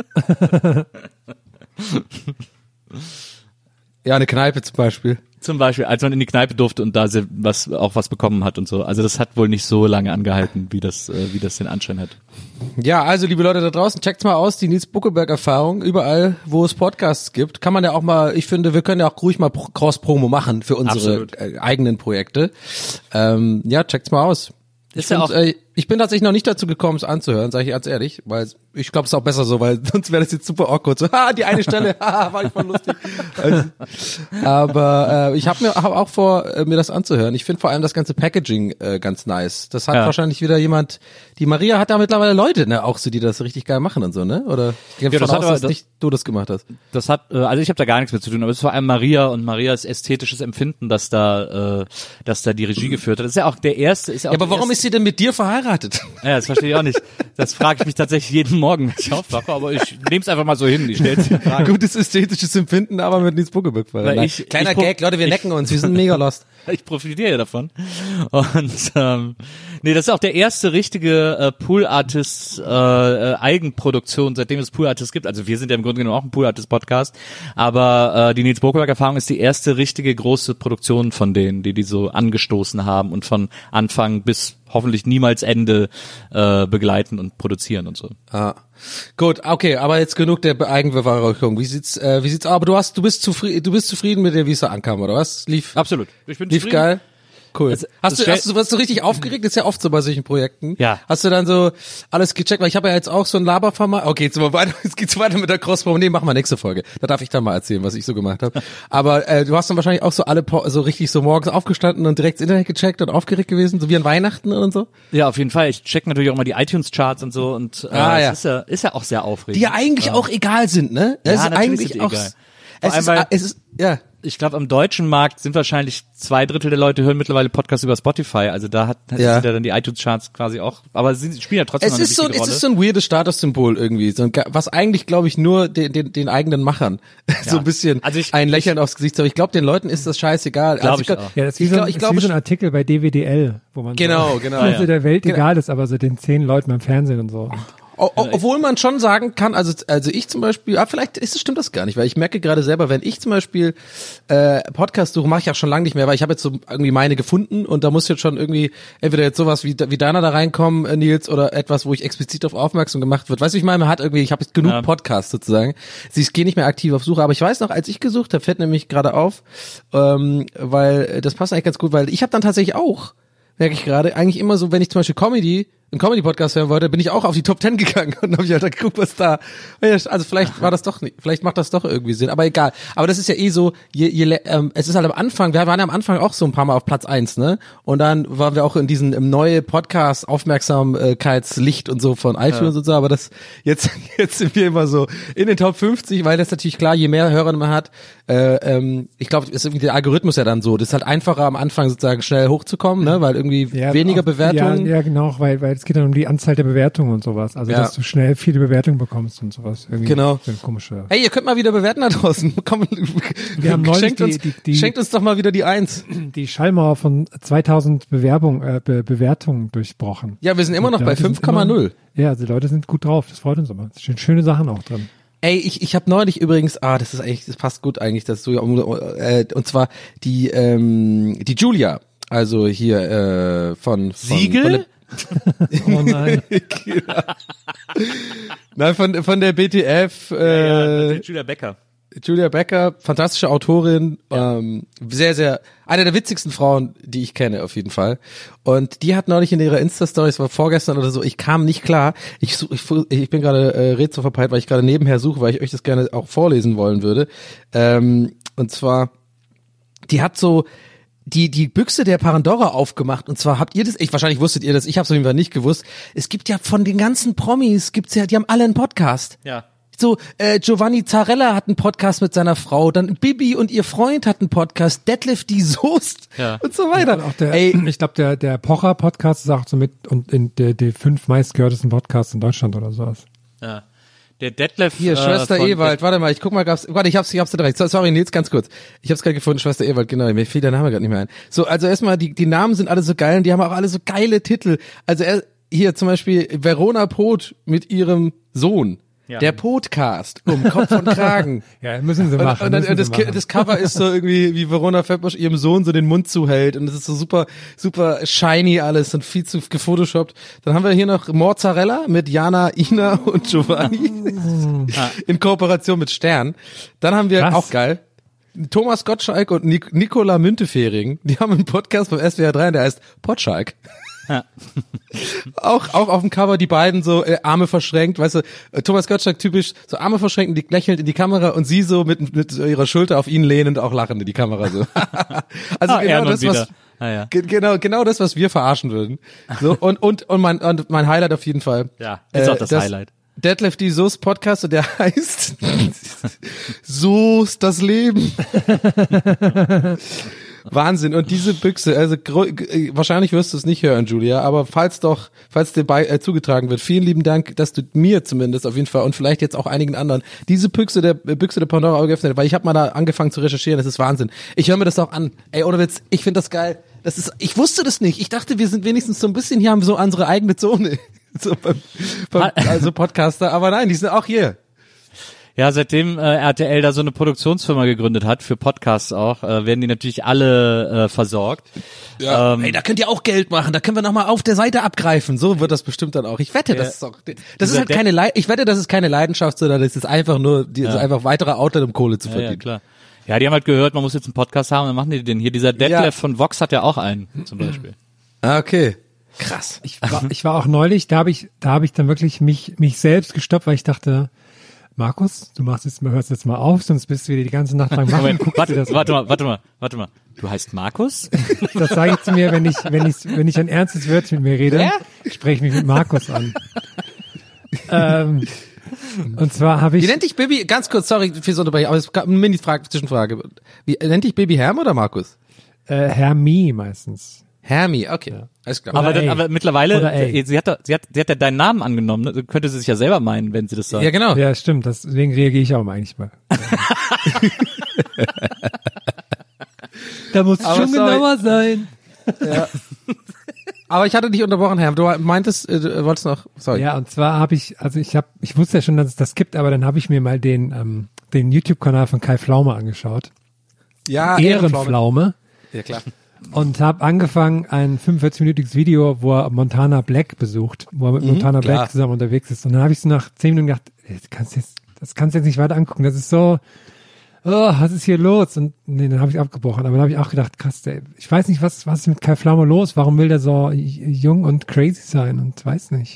Ja, eine Kneipe zum Beispiel. Zum Beispiel, als man in die Kneipe durfte und da se- was auch was bekommen hat und so. Also das hat wohl nicht so lange angehalten, wie das, äh, wie das den Anschein hat. Ja, also liebe Leute da draußen, checkt's mal aus, die Nils Buckelberg-Erfahrung. Überall, wo es Podcasts gibt, kann man ja auch mal, ich finde, wir können ja auch ruhig mal Pro- Cross-Promo machen für unsere Absolut. äh, eigenen Projekte. Ähm, ja, checkt's mal aus. Ist Ich, ja find, auch- äh, ich bin tatsächlich noch nicht dazu gekommen, es anzuhören, sage ich ganz ehrlich, weil ich glaube, es ist auch besser so, weil sonst wäre das jetzt super awkward. So, ha, die eine Stelle, ha, war nicht voll lustig. Also, aber äh, ich habe mir hab auch vor, äh, mir das anzuhören. Ich finde vor allem das ganze Packaging äh, ganz nice. Das hat Ja. wahrscheinlich wieder jemand, die Maria hat da mittlerweile Leute, ne, auch so, die das richtig geil machen und so, ne? Oder ich gehe Ja, davon das hat aus, aber- dass das- nicht du das gemacht hast. Das hat, äh, also ich habe da gar nichts mit zu tun, aber es ist vor allem Maria und Marias ästhetisches Empfinden, dass da, äh, dass da die Regie geführt hat. Das ist ja auch der erste. Ist ja, auch Ja, aber der warum erste, ist sie denn mit dir verheiratet? Ja, das verstehe ich auch nicht. Das frage ich mich tatsächlich jeden Morgen, wenn ich aufwache, aber ich nehme es einfach mal so hin. Ich stelle die Frage. Gutes ästhetisches Empfinden, aber mit Nils Buckeberg. Weil Nein. ich- Kleiner ich pro- Gag, Leute, wir ich- necken uns, wir sind mega lost. Ich profitiere ja davon. Und ähm, nee, das ist auch der erste richtige äh, Pool Artist äh, äh, Eigenproduktion, seitdem es Pool Artist gibt. Also wir sind ja im Grunde genommen auch ein Pool Artist Podcast, aber äh, die Nils Buckeberg Erfahrung ist die erste richtige große Produktion von denen, die die so angestoßen haben und von Anfang bis hoffentlich niemals Ende äh, begleiten und produzieren und so. Ah. Gut, okay, aber jetzt genug der Eigenbeweihräucherung. Wie sieht's, äh, wie sieht's aus? Aber du hast, du bist zufrieden, du bist zufrieden mit der, wie es da ankam, oder was? Lief, Absolut. Ich bin lief zufrieden. geil. Cool. Es- hast es du, stell- hast du, warst du richtig aufgeregt? Das ist ja oft so bei solchen Projekten. Ja. Hast du dann so alles gecheckt? Weil ich habe ja jetzt auch so ein Laberformat. Okay, jetzt, mal weiter, jetzt geht's weiter mit der Crosspromo. Nee, machen wir nächste Folge. Da darf ich dann mal erzählen, was ich so gemacht habe. Aber äh, du hast dann wahrscheinlich auch so alle po- so richtig so morgens aufgestanden und direkt ins Internet gecheckt und aufgeregt gewesen, so wie an Weihnachten und so. Ja, auf jeden Fall. Ich check natürlich auch mal die iTunes-Charts und so und äh, Ah, es ja. ist ja ist ja auch sehr aufregend. Die ja eigentlich auch egal sind, ne? Das Ja, ist natürlich eigentlich sind die auch. egal. Es Vor ist, allem, weil- es ist, ja. Ich glaube, am deutschen Markt sind wahrscheinlich zwei Drittel der Leute hören mittlerweile Podcasts über Spotify. Also da hat Ja. sind ja dann die iTunes-Charts quasi auch. Aber sie spielen ja trotzdem Es noch eine ist so, wichtige es Rolle. ist so ein weirdes Statussymbol irgendwie, so ein, ga- was eigentlich, glaube ich, nur den, den, den eigenen Machern so ein bisschen Also ich- ein Lächeln aufs Gesicht. Aber ich glaube, den Leuten ist das scheißegal. Glaub also ich glaub- auch. Ja, das ist wie, ich so, glaub, ein- ich ist glaube, wie so ein Artikel bei D W D L, wo man Genau, so, genau, also ja. der Welt Genau. egal ist, aber so den zehn Leuten beim Fernsehen und so. O- o- obwohl man schon sagen kann, also also ich zum Beispiel, ah, vielleicht ist, stimmt das gar nicht, weil ich merke gerade selber, wenn ich zum Beispiel äh, Podcast suche, mache ich auch schon lange nicht mehr, weil ich habe jetzt so irgendwie meine gefunden und da muss jetzt schon irgendwie entweder jetzt sowas wie wie deiner da reinkommen, äh, Nils, oder etwas, wo ich explizit auf aufmerksam gemacht wird. Weißt du, wie ich meine, man hat irgendwie, ich habe jetzt genug Ja. Podcasts sozusagen. Ich gehe nicht mehr aktiv auf Suche, aber ich weiß noch, als ich gesucht habe, fällt nämlich gerade auf, ähm, weil äh, das passt eigentlich ganz gut, weil ich habe dann tatsächlich auch, merke ich gerade, eigentlich immer so, wenn ich zum Beispiel Comedy einen Comedy-Podcast hören wollte, bin ich auch auf die Top Ten gegangen und habe ich halt geguckt, was da. Also vielleicht war das doch nicht, vielleicht macht das doch irgendwie Sinn, aber egal. Aber das ist ja eh so, je, je, ähm, es ist halt am Anfang, wir waren ja am Anfang auch so ein paar Mal auf Platz eins, ne? Und dann waren wir auch in diesen im neue Podcast Aufmerksamkeitslicht und so von iTunes Ja. und so, aber das jetzt jetzt sind wir immer so in den Top fünfzig, weil das natürlich klar, je mehr Hörer man hat, äh, ähm, ich glaube, ist irgendwie der Algorithmus ja dann so, das ist halt einfacher am Anfang sozusagen schnell hochzukommen, ne? Weil irgendwie Ja, weniger auch- Bewertungen. Ja, ja, genau, weil, weil es geht dann um die Anzahl der Bewertungen und sowas. Also, Ja. dass du schnell viele Bewertungen bekommst und sowas. Irgendwie Genau. so ein komischer. Hey, ihr könnt mal wieder bewerten da draußen. Komm, Wir haben neulich schenkt, die- uns, die- die- schenkt uns doch mal wieder die Eins. Die Schallmauer von zweitausend Bewerbung, äh, Be Bewertungen durchbrochen. Ja, wir sind immer noch Die bei Leute sind fünf Komma null. immer- Ja, also die Leute sind gut drauf. Das freut uns immer. Es stehen schöne Sachen auch drin. Ey, ich, ich habe neulich übrigens, ah, das ist eigentlich, das passt gut eigentlich, dass du ja, äh, und zwar die, ähm, die Julia, also hier äh, von, von Siegel? Von der, Oh nein. nein, von, von der B T F, äh, ja, Julia Becker. Julia Becker, fantastische Autorin, ähm, sehr, sehr, eine der witzigsten Frauen, die ich kenne, auf jeden Fall. Und die hat neulich in ihrer Insta-Story, es war vorgestern oder so, ich kam nicht klar, ich, such, ich, ich bin gerade äh, rätselverpeilt, verpeilt, weil ich gerade nebenher suche, weil ich euch das gerne auch vorlesen wollen würde. Ähm, und zwar, die hat so die die Büchse der Pandora aufgemacht, und zwar habt ihr das, ich wahrscheinlich wusstet ihr das, ich habe es auf jeden Fall nicht gewusst. Es gibt ja von den ganzen Promis, gibt's ja, die haben alle einen Podcast. Ja. So, äh, Giovanni Zarella hat einen Podcast mit seiner Frau, dann Bibi und ihr Freund hat einen Podcast, Detlef die Soest Ja. und so weiter. Und auch der, Ey, ich glaube, der, der Pocher-Podcast ist auch so mit und in der, die fünf meistgehörtesten Podcasts in Deutschland oder sowas. Ja. Der Detlef. hier, äh, Schwester von- Ewald, warte mal, ich guck mal, gab's, warte, ich hab's, ich hab's direkt. So, sorry, Nils, ganz kurz. Ich hab's gerade gefunden, Schwester Ewald, genau, mir fiel der Name gerade nicht mehr ein. So, also erstmal, die, die Namen sind alle so geil und die haben auch alle so geile Titel. Also er, hier zum Beispiel Verona Poth mit ihrem Sohn. Ja. Der Podcast um Kopf und Kragen. Ja, müssen sie Und, machen. und dann, müssen das, sie machen. das Cover ist so irgendwie, wie Verona Fettbusch ihrem Sohn so den Mund zuhält, und es ist so super, super shiny alles und viel zu gefotoshoppt. Dann haben wir hier noch Mozzarella mit Jana, Ina und Giovanni in Kooperation mit Stern. Dann haben wir, Krass. auch geil, Thomas Gottschalk und Nik Nicola Müntefering, die haben einen Podcast beim S W R drei, der heißt Potschalk. Ja. auch, auch auf dem Cover die beiden so äh, Arme verschränkt, weißt du, äh, Thomas Gottschalk typisch, so Arme verschränkt, die lächelnd in die Kamera und sie so mit mit ihrer Schulter auf ihn lehnend auch lachend in die Kamera so. Also Ah, genau Erno das, wieder. was Ah, ja. ge- genau genau das, was wir verarschen würden. So und und und mein und mein Highlight auf jeden Fall. Ja, ist auch das Highlight. Detlef die Soest Podcast, und der heißt Soest das Leben. Wahnsinn. Und diese Büchse, also gro- g- wahrscheinlich wirst du es nicht hören, Julia, aber falls doch, falls dir bei, äh, zugetragen wird, vielen lieben Dank, dass du mir zumindest auf jeden Fall und vielleicht jetzt auch einigen anderen diese Büchse der äh, Büchse der Pandora Auge geöffnet, weil ich habe mal da angefangen zu recherchieren, das ist Wahnsinn. Ich höre mir das auch an. Ey, ohne Witz, ich finde das geil. Das ist, ich wusste das nicht. Ich dachte, wir sind wenigstens so ein bisschen hier, haben so unsere eigene Zone. So beim, beim, also Podcaster, aber nein, die sind auch hier. Ja, seitdem äh, R T L da so eine Produktionsfirma gegründet hat, für Podcasts auch, äh, werden die natürlich alle äh, versorgt. Ja. Ähm, Ey, da könnt ihr auch Geld machen, da können wir nochmal auf der Seite abgreifen, so wird das bestimmt dann auch. Ich wette, das ist auch, das ist halt keine Le- ich wette, das ist keine Leidenschaft, sondern das ist einfach nur, die, ja. ist einfach weiterer Outlet, um Kohle zu ja, verdienen. Ja, klar. Ja, die haben halt gehört, man muss jetzt einen Podcast haben, dann machen die den hier. Dieser Detlef ja. von Vox hat ja auch einen, zum Beispiel. Ah, okay. Krass. Ich war, ich war auch neulich, da habe ich, da habe ich dann wirklich mich, mich selbst gestoppt, weil ich dachte, Markus, du machst jetzt mal, hörst jetzt mal auf, sonst bist du wieder die ganze Nacht lang machen. Moment, warte, das warte mal, warte mal, warte mal. Du heißt Markus? Das sage ich zu mir, wenn ich, wenn ich, wenn ich ein ernstes Wörtchen mit mir rede, spreche ich mich mit Markus an. ähm, und zwar habe ich. Wie nennt dich Baby, ganz kurz, sorry fürs Unterbrechen, aber es gab eine Mini-Zwischenfrage. Wie nennt dich Baby Herm oder Markus? Äh, Hermie meistens. Hermie, okay. Ja. Alles klar. Aber, dann, aber mittlerweile, sie hat, sie hat, sie hat ja deinen Namen angenommen, ne? Könnte sie sich ja selber meinen, wenn sie das sagt. Ja, genau. Ja, stimmt, deswegen reagiere ich auch mal eigentlich mal. Da muss es schon sorry. genauer sein. Ja. Aber ich hatte dich unterbrochen, Herr. Du meintest, du wolltest noch, sorry. Ja, und zwar habe ich, also ich habe, ich wusste ja schon, dass es das gibt, aber dann habe ich mir mal den, ähm, den YouTube-Kanal von Kai Pflaume angeschaut. Ja, Ehrenpflaume. Ja, klar. Und habe angefangen, ein fünfundvierzig-minütiges Video, wo er Montana Black besucht, wo er mit mhm, Montana klar. Black zusammen unterwegs ist. Und dann habe ich so nach zehn Minuten gedacht, das kannst du jetzt, das kannst du jetzt nicht weiter angucken. Das ist so, oh, was ist hier los? Und nee, dann habe ich abgebrochen. Aber dann habe ich auch gedacht, krass, ey, ich weiß nicht, was, was ist mit Kai Pflaume los? Warum will der so jung und crazy sein? Und weiß nicht.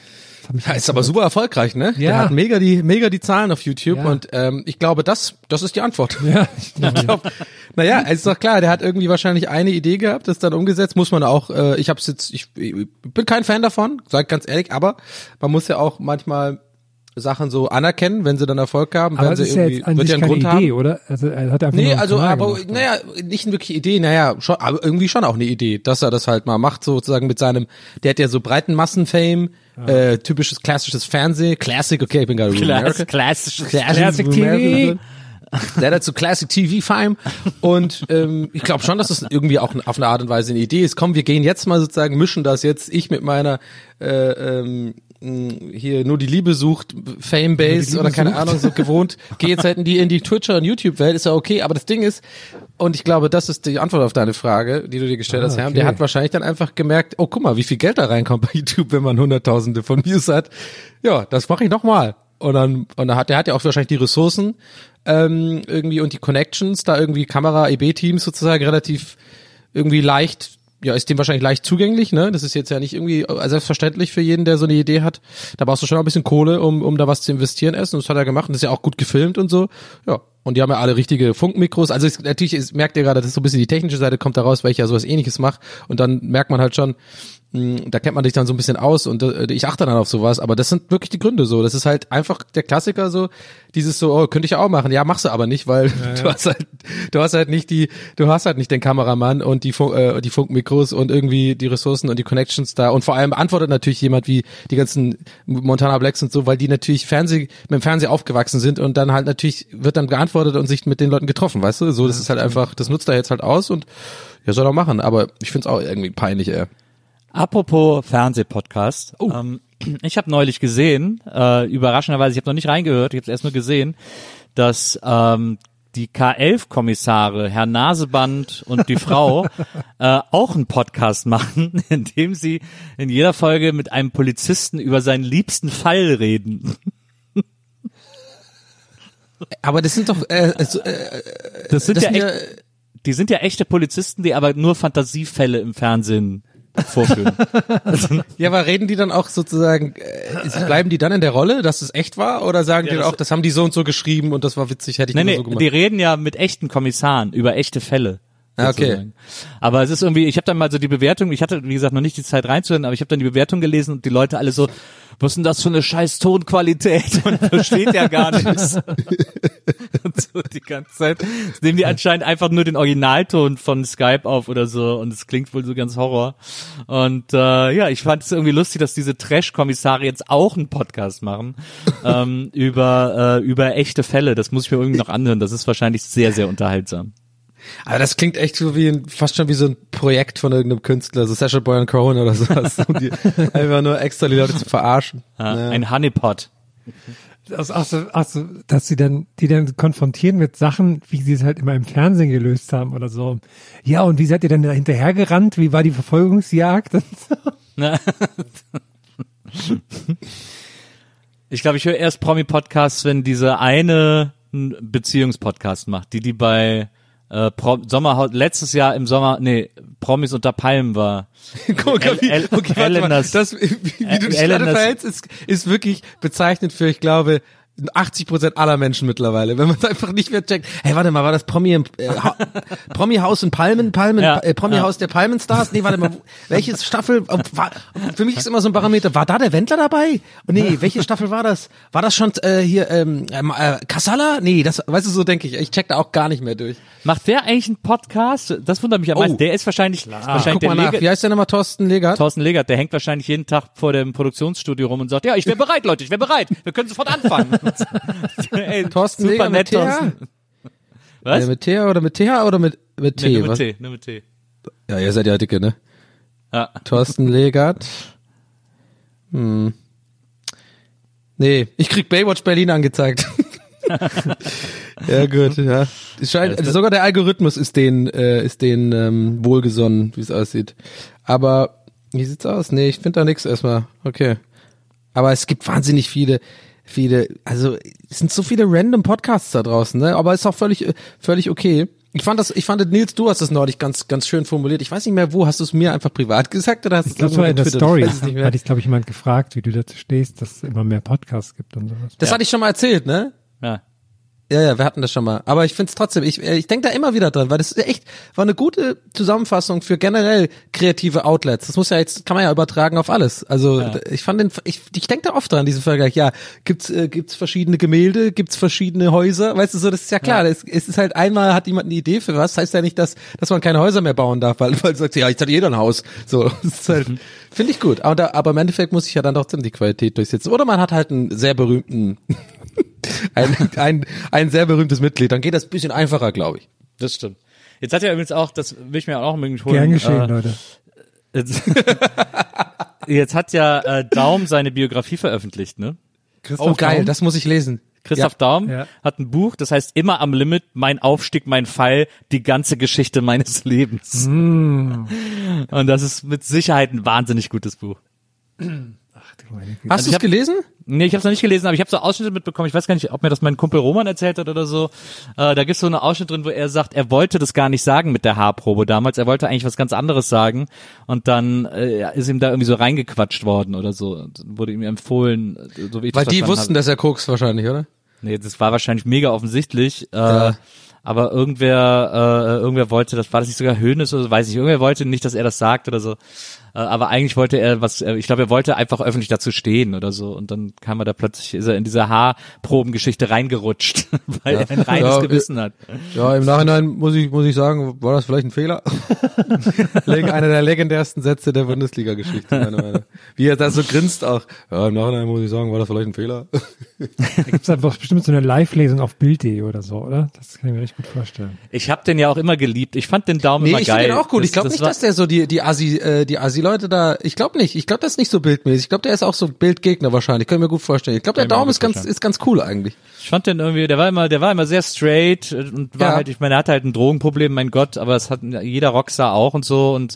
Ja, ist aber super erfolgreich, ne? Ja. Der hat mega die, mega die Zahlen auf YouTube, ja. und ähm, ich glaube, das, das ist die Antwort. Ja. Ich glaub, naja, es ist doch klar, der hat irgendwie wahrscheinlich eine Idee gehabt, das dann umgesetzt, muss man auch, äh, ich hab's jetzt, ich, ich bin kein Fan davon, sag ganz ehrlich, aber man muss ja auch manchmal Sachen so anerkennen, wenn sie dann Erfolg haben, aber wenn sie ist irgendwie, ja jetzt an wird sich ja einen keine Grund Idee, haben. oder? Also er hat einfach Nee, nur also, aber, gemacht, naja, nicht eine wirkliche Idee, naja, schon, aber irgendwie schon auch eine Idee, dass er das halt mal macht, sozusagen mit seinem, der hat ja so breiten Massen-Fame, ja. äh, typisches klassisches Fernsehen, Classic, okay, ich bin gerade Class, America. Klassisches Classic T V. Der hat so Classic T V-Fame, und ähm, ich glaube schon, dass das irgendwie auch auf eine Art und Weise eine Idee ist. Komm, wir gehen jetzt mal sozusagen, mischen das jetzt, ich mit meiner äh, ähm, hier nur die Liebe sucht, Fame-Base oder keine sucht. Ahnung, so gewohnt, gehe jetzt halt in die, in die Twitcher- und YouTube-Welt, ist ja okay, aber das Ding ist, und ich glaube, das ist die Antwort auf deine Frage, die du dir gestellt ah, hast, Herr, okay. Der hat wahrscheinlich dann einfach gemerkt, oh, guck mal, wie viel Geld da reinkommt bei YouTube, wenn man hunderttausende von Views hat. Ja, das mache ich nochmal. Und dann, und dann hat, der hat ja auch wahrscheinlich die Ressourcen, ähm, irgendwie, und die Connections, da irgendwie Kamera-E B-Teams sozusagen relativ irgendwie leicht, ja, ist dem wahrscheinlich leicht zugänglich, ne? Das ist jetzt ja nicht irgendwie selbstverständlich für jeden, der so eine Idee hat. Da brauchst du schon ein bisschen Kohle, um um da was zu investieren erst. Und das hat er gemacht, und das ist ja auch gut gefilmt und so. Ja. Und die haben ja alle richtige Funkmikros. Also es, natürlich ist, merkt ihr gerade, das ist so ein bisschen die technische Seite kommt da raus, weil ich ja sowas Ähnliches mache. Und dann merkt man halt schon, mh, da kennt man sich dann so ein bisschen aus, und äh, ich achte dann auf sowas. Aber das sind wirklich die Gründe so. Das ist halt einfach der Klassiker so, dieses so, oh, könnte ich auch machen. Ja, machst du aber nicht, weil ja, ja. du hast halt, du hast halt nicht die, du hast halt nicht den Kameramann und die Funk, äh, die Funkmikros und irgendwie die Ressourcen und die Connections da. Und vor allem antwortet natürlich jemand wie die ganzen Montana Blacks und so, weil die natürlich Fernseh, mit dem Fernsehen aufgewachsen sind, und dann halt natürlich wird dann geantwortet und sich mit den Leuten getroffen, weißt du? So, das ja, ist halt stimmt. einfach, das nutzt er jetzt halt aus, und ja, soll er machen. Aber ich find's auch irgendwie peinlich, ey. Apropos Fernsehpodcast, oh. ähm, ich habe neulich gesehen, äh, überraschenderweise, ich habe noch nicht reingehört, ich habe es erst nur gesehen, dass ähm, die K elf Kommissare, Herr Naseband und die Frau, äh, auch einen Podcast machen, in dem sie in jeder Folge mit einem Polizisten über seinen liebsten Fall reden. Aber das sind doch, äh, äh, das sind das ja sind echt, die sind ja echte Polizisten, die aber nur Fantasiefälle im Fernsehen vorführen. Also, Ja, aber reden die dann auch sozusagen, äh, bleiben die dann in der Rolle, dass es echt war? Oder sagen Ja, die dann das- auch, das haben die so und so geschrieben und das war witzig, hätte ich nee, immer nee, so gemacht? die reden ja mit echten Kommissaren über echte Fälle. Ah, okay. sozusagen. Aber es ist irgendwie, ich habe dann mal so die Bewertung, ich hatte, wie gesagt, noch nicht die Zeit reinzuhören, aber ich habe dann die Bewertung gelesen und die Leute alle so, was ist denn das für eine scheiß Tonqualität? Man versteht ja gar nichts. Und so die ganze Zeit. Jetzt nehmen die anscheinend einfach nur den Originalton von Skype auf oder so und es klingt wohl so ganz Horror. Und äh, ja, ich fand es irgendwie lustig, dass diese Trash-Kommissare jetzt auch einen Podcast machen ähm, über, äh, über echte Fälle. Das muss ich mir irgendwie noch anhören. Das ist wahrscheinlich sehr, sehr unterhaltsam. Aber das klingt echt so wie ein, fast schon wie so ein Projekt von irgendeinem Künstler, so Sacha Baron Cohen oder sowas, um die einfach nur extra die Leute zu verarschen. Ja, Ja. Ein Honeypot. Also, also, also, dass sie dann, die dann konfrontieren mit Sachen, wie sie es halt immer im Fernsehen gelöst haben oder so. Ja, und wie seid ihr denn da hinterhergerannt? Wie war die Verfolgungsjagd? Und so. Ich glaube, ich höre erst Promi-Podcasts, wenn diese eine einen Beziehungspodcast macht, die die bei äh, Pro Sommerhaus letztes Jahr im Sommer, nee, Promis unter Palmen war. Guck mal, wie, El- okay, warte mal, Elenas- das, wie, wie du dich Elenas- gerade verhältst, ist, ist wirklich bezeichnend für, ich glaube, achtzig Prozent aller Menschen mittlerweile, wenn man es einfach nicht mehr checkt. Hey, warte mal, war das Promi im, äh, ha Promi-Haus in Palmen, Palmen, Ja, äh, Promi-Haus der Palmenstars? Nee, warte mal, wo- welche Staffel, äh, war, für mich ist immer so ein Barometer, war da der Wendler dabei? Oh, nee, welche Staffel war das? War das schon äh, hier, ähm, äh, Casala? Nee, das, weißt du, so denke ich, ich check da auch gar nicht mehr durch. Macht der eigentlich einen Podcast? Das wundert mich am Oh. meisten. Der ist wahrscheinlich, wahrscheinlich Guck der mal nach, Lega- wie heißt der nochmal, Thorsten Legert? Thorsten Legert, der hängt wahrscheinlich jeden Tag vor dem Produktionsstudio rum und sagt, ja, ich wäre bereit, Leute, ich wäre bereit. Wir können sofort anfangen. Ey, Thorsten super Legert nett, mit T H? Thorsten. Was? Äh, mit T H oder mit T H oder mit, mit T? Nee, nur was? mit T, nur mit T. Ja, ihr seid ja dicke, ne? Ja. Thorsten Legert. Hm. Nee, ich krieg Baywatch Berlin angezeigt. Ja, gut, ja. Es scheint, also sogar der Algorithmus ist den, äh, ist den ähm, wohlgesonnen, wie es aussieht. Aber wie sieht's aus? Nee, ich finde da nichts erstmal. Okay. Aber es gibt wahnsinnig viele, viele, also es sind so viele random Podcasts da draußen, ne? Aber ist auch völlig, völlig okay. Ich fand das, ich fand, Nils, du hast das neulich ganz, ganz schön formuliert. Ich weiß nicht mehr wo, hast du es mir einfach privat gesagt oder hast du Ich glaube, es so in der Twitter? Story Ich weiß es nicht mehr. hat dich, glaube ich, jemand gefragt, wie du dazu stehst, dass es immer mehr Podcasts gibt und sowas. Das hatte ich schon mal erzählt, ne? Ja. Ja, ja, wir hatten das schon mal. Aber ich find's trotzdem, ich, ich denke da immer wieder dran, weil das ist echt, war eine gute Zusammenfassung für generell kreative Outlets. Das muss ja jetzt, kann man ja übertragen auf alles. Also Ja. ich fand den, ich, ich denke da oft dran, diesen Vergleich. Ja, gibt's, äh, gibt's verschiedene Gemälde, gibt's verschiedene Häuser, weißt du so, das ist ja klar. Ja. Es, es ist halt einmal hat jemand eine Idee für was, heißt ja nicht, dass, dass man keine Häuser mehr bauen darf, weil, weil sagt, ja, jetzt hat jeder ein Haus. So, das ist halt, finde ich gut. Aber, da, aber im Endeffekt muss ich ja dann trotzdem die Qualität durchsetzen. Oder man hat halt einen sehr berühmten, ein, ein, ein sehr berühmtes Mitglied, dann geht das ein bisschen einfacher, glaube ich. Das stimmt. Jetzt hat er übrigens auch, das will ich mir auch unbedingt holen. Gern geschehen, äh, Leute. Jetzt, jetzt hat ja äh, Daum seine Biografie veröffentlicht, ne? Oh geil, das muss ich lesen. Christoph Ja. Daum Ja. hat ein Buch, das heißt Immer am Limit, mein Aufstieg, mein Fall, die ganze Geschichte meines Lebens. Mm. Und das ist mit Sicherheit ein wahnsinnig gutes Buch. Ach du meine Güte. Hast Also du ich es hab- gelesen? Nee, ich habe es noch nicht gelesen, aber ich habe so Ausschnitte mitbekommen. Ich weiß gar nicht, ob mir das mein Kumpel Roman erzählt hat oder so. Äh, da gibt's so eine Ausschnitt drin, wo er sagt, er wollte das gar nicht sagen mit der Haarprobe damals. Er wollte eigentlich was ganz anderes sagen. Und dann äh, ist ihm da irgendwie so reingequatscht worden oder so. Und wurde ihm empfohlen, äh, so wie ich Weil das die verstanden wussten, habe. dass er Koks wahrscheinlich, oder? Nee, das war wahrscheinlich mega offensichtlich. Äh, Ja. Aber irgendwer, äh, irgendwer wollte, das war das nicht sogar Hoeneß oder so, weiß ich. Irgendwer wollte nicht, dass er das sagt oder so. Äh, aber eigentlich wollte er was, äh, ich glaube, er wollte einfach öffentlich dazu stehen oder so. Und dann kam er da plötzlich, ist er in diese Haarprobengeschichte reingerutscht, weil Ja. er ein reines Ja, Gewissen hat. Ja, im Nachhinein muss ich, muss ich sagen, war das vielleicht ein Fehler? Leg- Einer der legendärsten Sätze der Bundesliga-Geschichte, meiner Meinung nach. Wie er da so grinst auch. Ja, im Nachhinein muss ich sagen, war das vielleicht ein Fehler? Da gibt's einfach bestimmt so eine Live-Lesung auf Bild punkt de oder so, oder? Das kann ich mir richtig gut vorstellen. Ich habe den ja auch immer geliebt. Ich fand den Daumen Nee, immer ich geil. finde den auch gut. Das- Ich glaube das nicht, war- dass der so die, die Assi, äh, die Assi-Leute da, ich glaube nicht. Ich glaube, das ist nicht so bildmäßig. Ich glaube, der ist auch so Bildgegner wahrscheinlich. Kann ich mir gut vorstellen. Ich glaube, der Kann ich mir Daumen gut ist ganz, vorstellen. ist ganz cool eigentlich. Ich fand den irgendwie, der war immer, der war immer sehr straight und war Ja. halt, ich meine, er hatte halt ein Drogenproblem, mein Gott, aber es hat jeder Rockstar auch und so und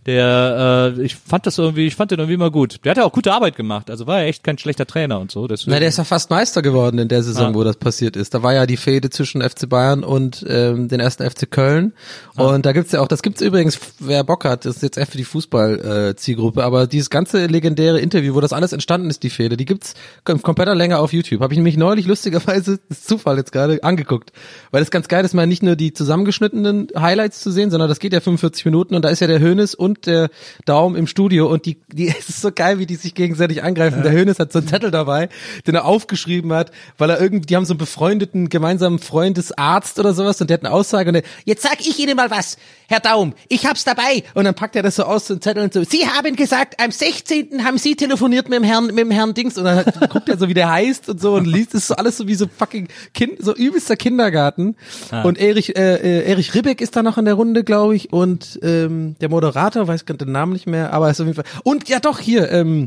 Der, äh, ich fand das irgendwie, ich fand den irgendwie immer gut. Der hat ja auch gute Arbeit gemacht, also war ja echt kein schlechter Trainer und so. Deswegen. Na, der ist ja fast Meister geworden in der Saison, ah. wo das passiert ist. Da war ja die Fehde zwischen F C Bayern und ähm, den ersten F C Köln. Ah. Und da gibt's ja auch, das gibt's übrigens, wer Bock hat, das ist jetzt eher für die Fußball-Zielgruppe, aber dieses ganze legendäre Interview, wo das alles entstanden ist, die Fehde, die gibt's in kompletter Länge auf YouTube. Habe ich nämlich neulich lustigerweise, das ist Zufall jetzt gerade, angeguckt. Weil das ganz geil ist, mal nicht nur die zusammengeschnittenen Highlights zu sehen, sondern das geht ja fünfundvierzig Minuten und da ist ja der Hoeneß und der Daum im Studio und die, die, es ist so geil, wie die sich gegenseitig angreifen. Ja. Der Hoeneß hat so einen Zettel dabei, den er aufgeschrieben hat, weil er irgendwie, die haben so einen befreundeten, gemeinsamen Freundesarzt oder sowas und der hat eine Aussage und der, jetzt sag ich Ihnen mal was, Herr Daum, ich hab's dabei. Und dann packt er das so aus, so einen Zettel und so, Sie haben gesagt, am sechzehnten haben Sie telefoniert mit dem Herrn, mit dem Herrn Dings und dann guckt er so, wie der heißt und so und liest, es ist so alles so wie so fucking Kind, so übelster Kindergarten. Ah. Und Erich, äh, äh, Erich Ribbeck ist da noch in der Runde, glaube ich, und ähm, der Moderator, weiß gar den Namen nicht mehr, aber ist auf jeden Fall. Und ja doch, hier, ähm,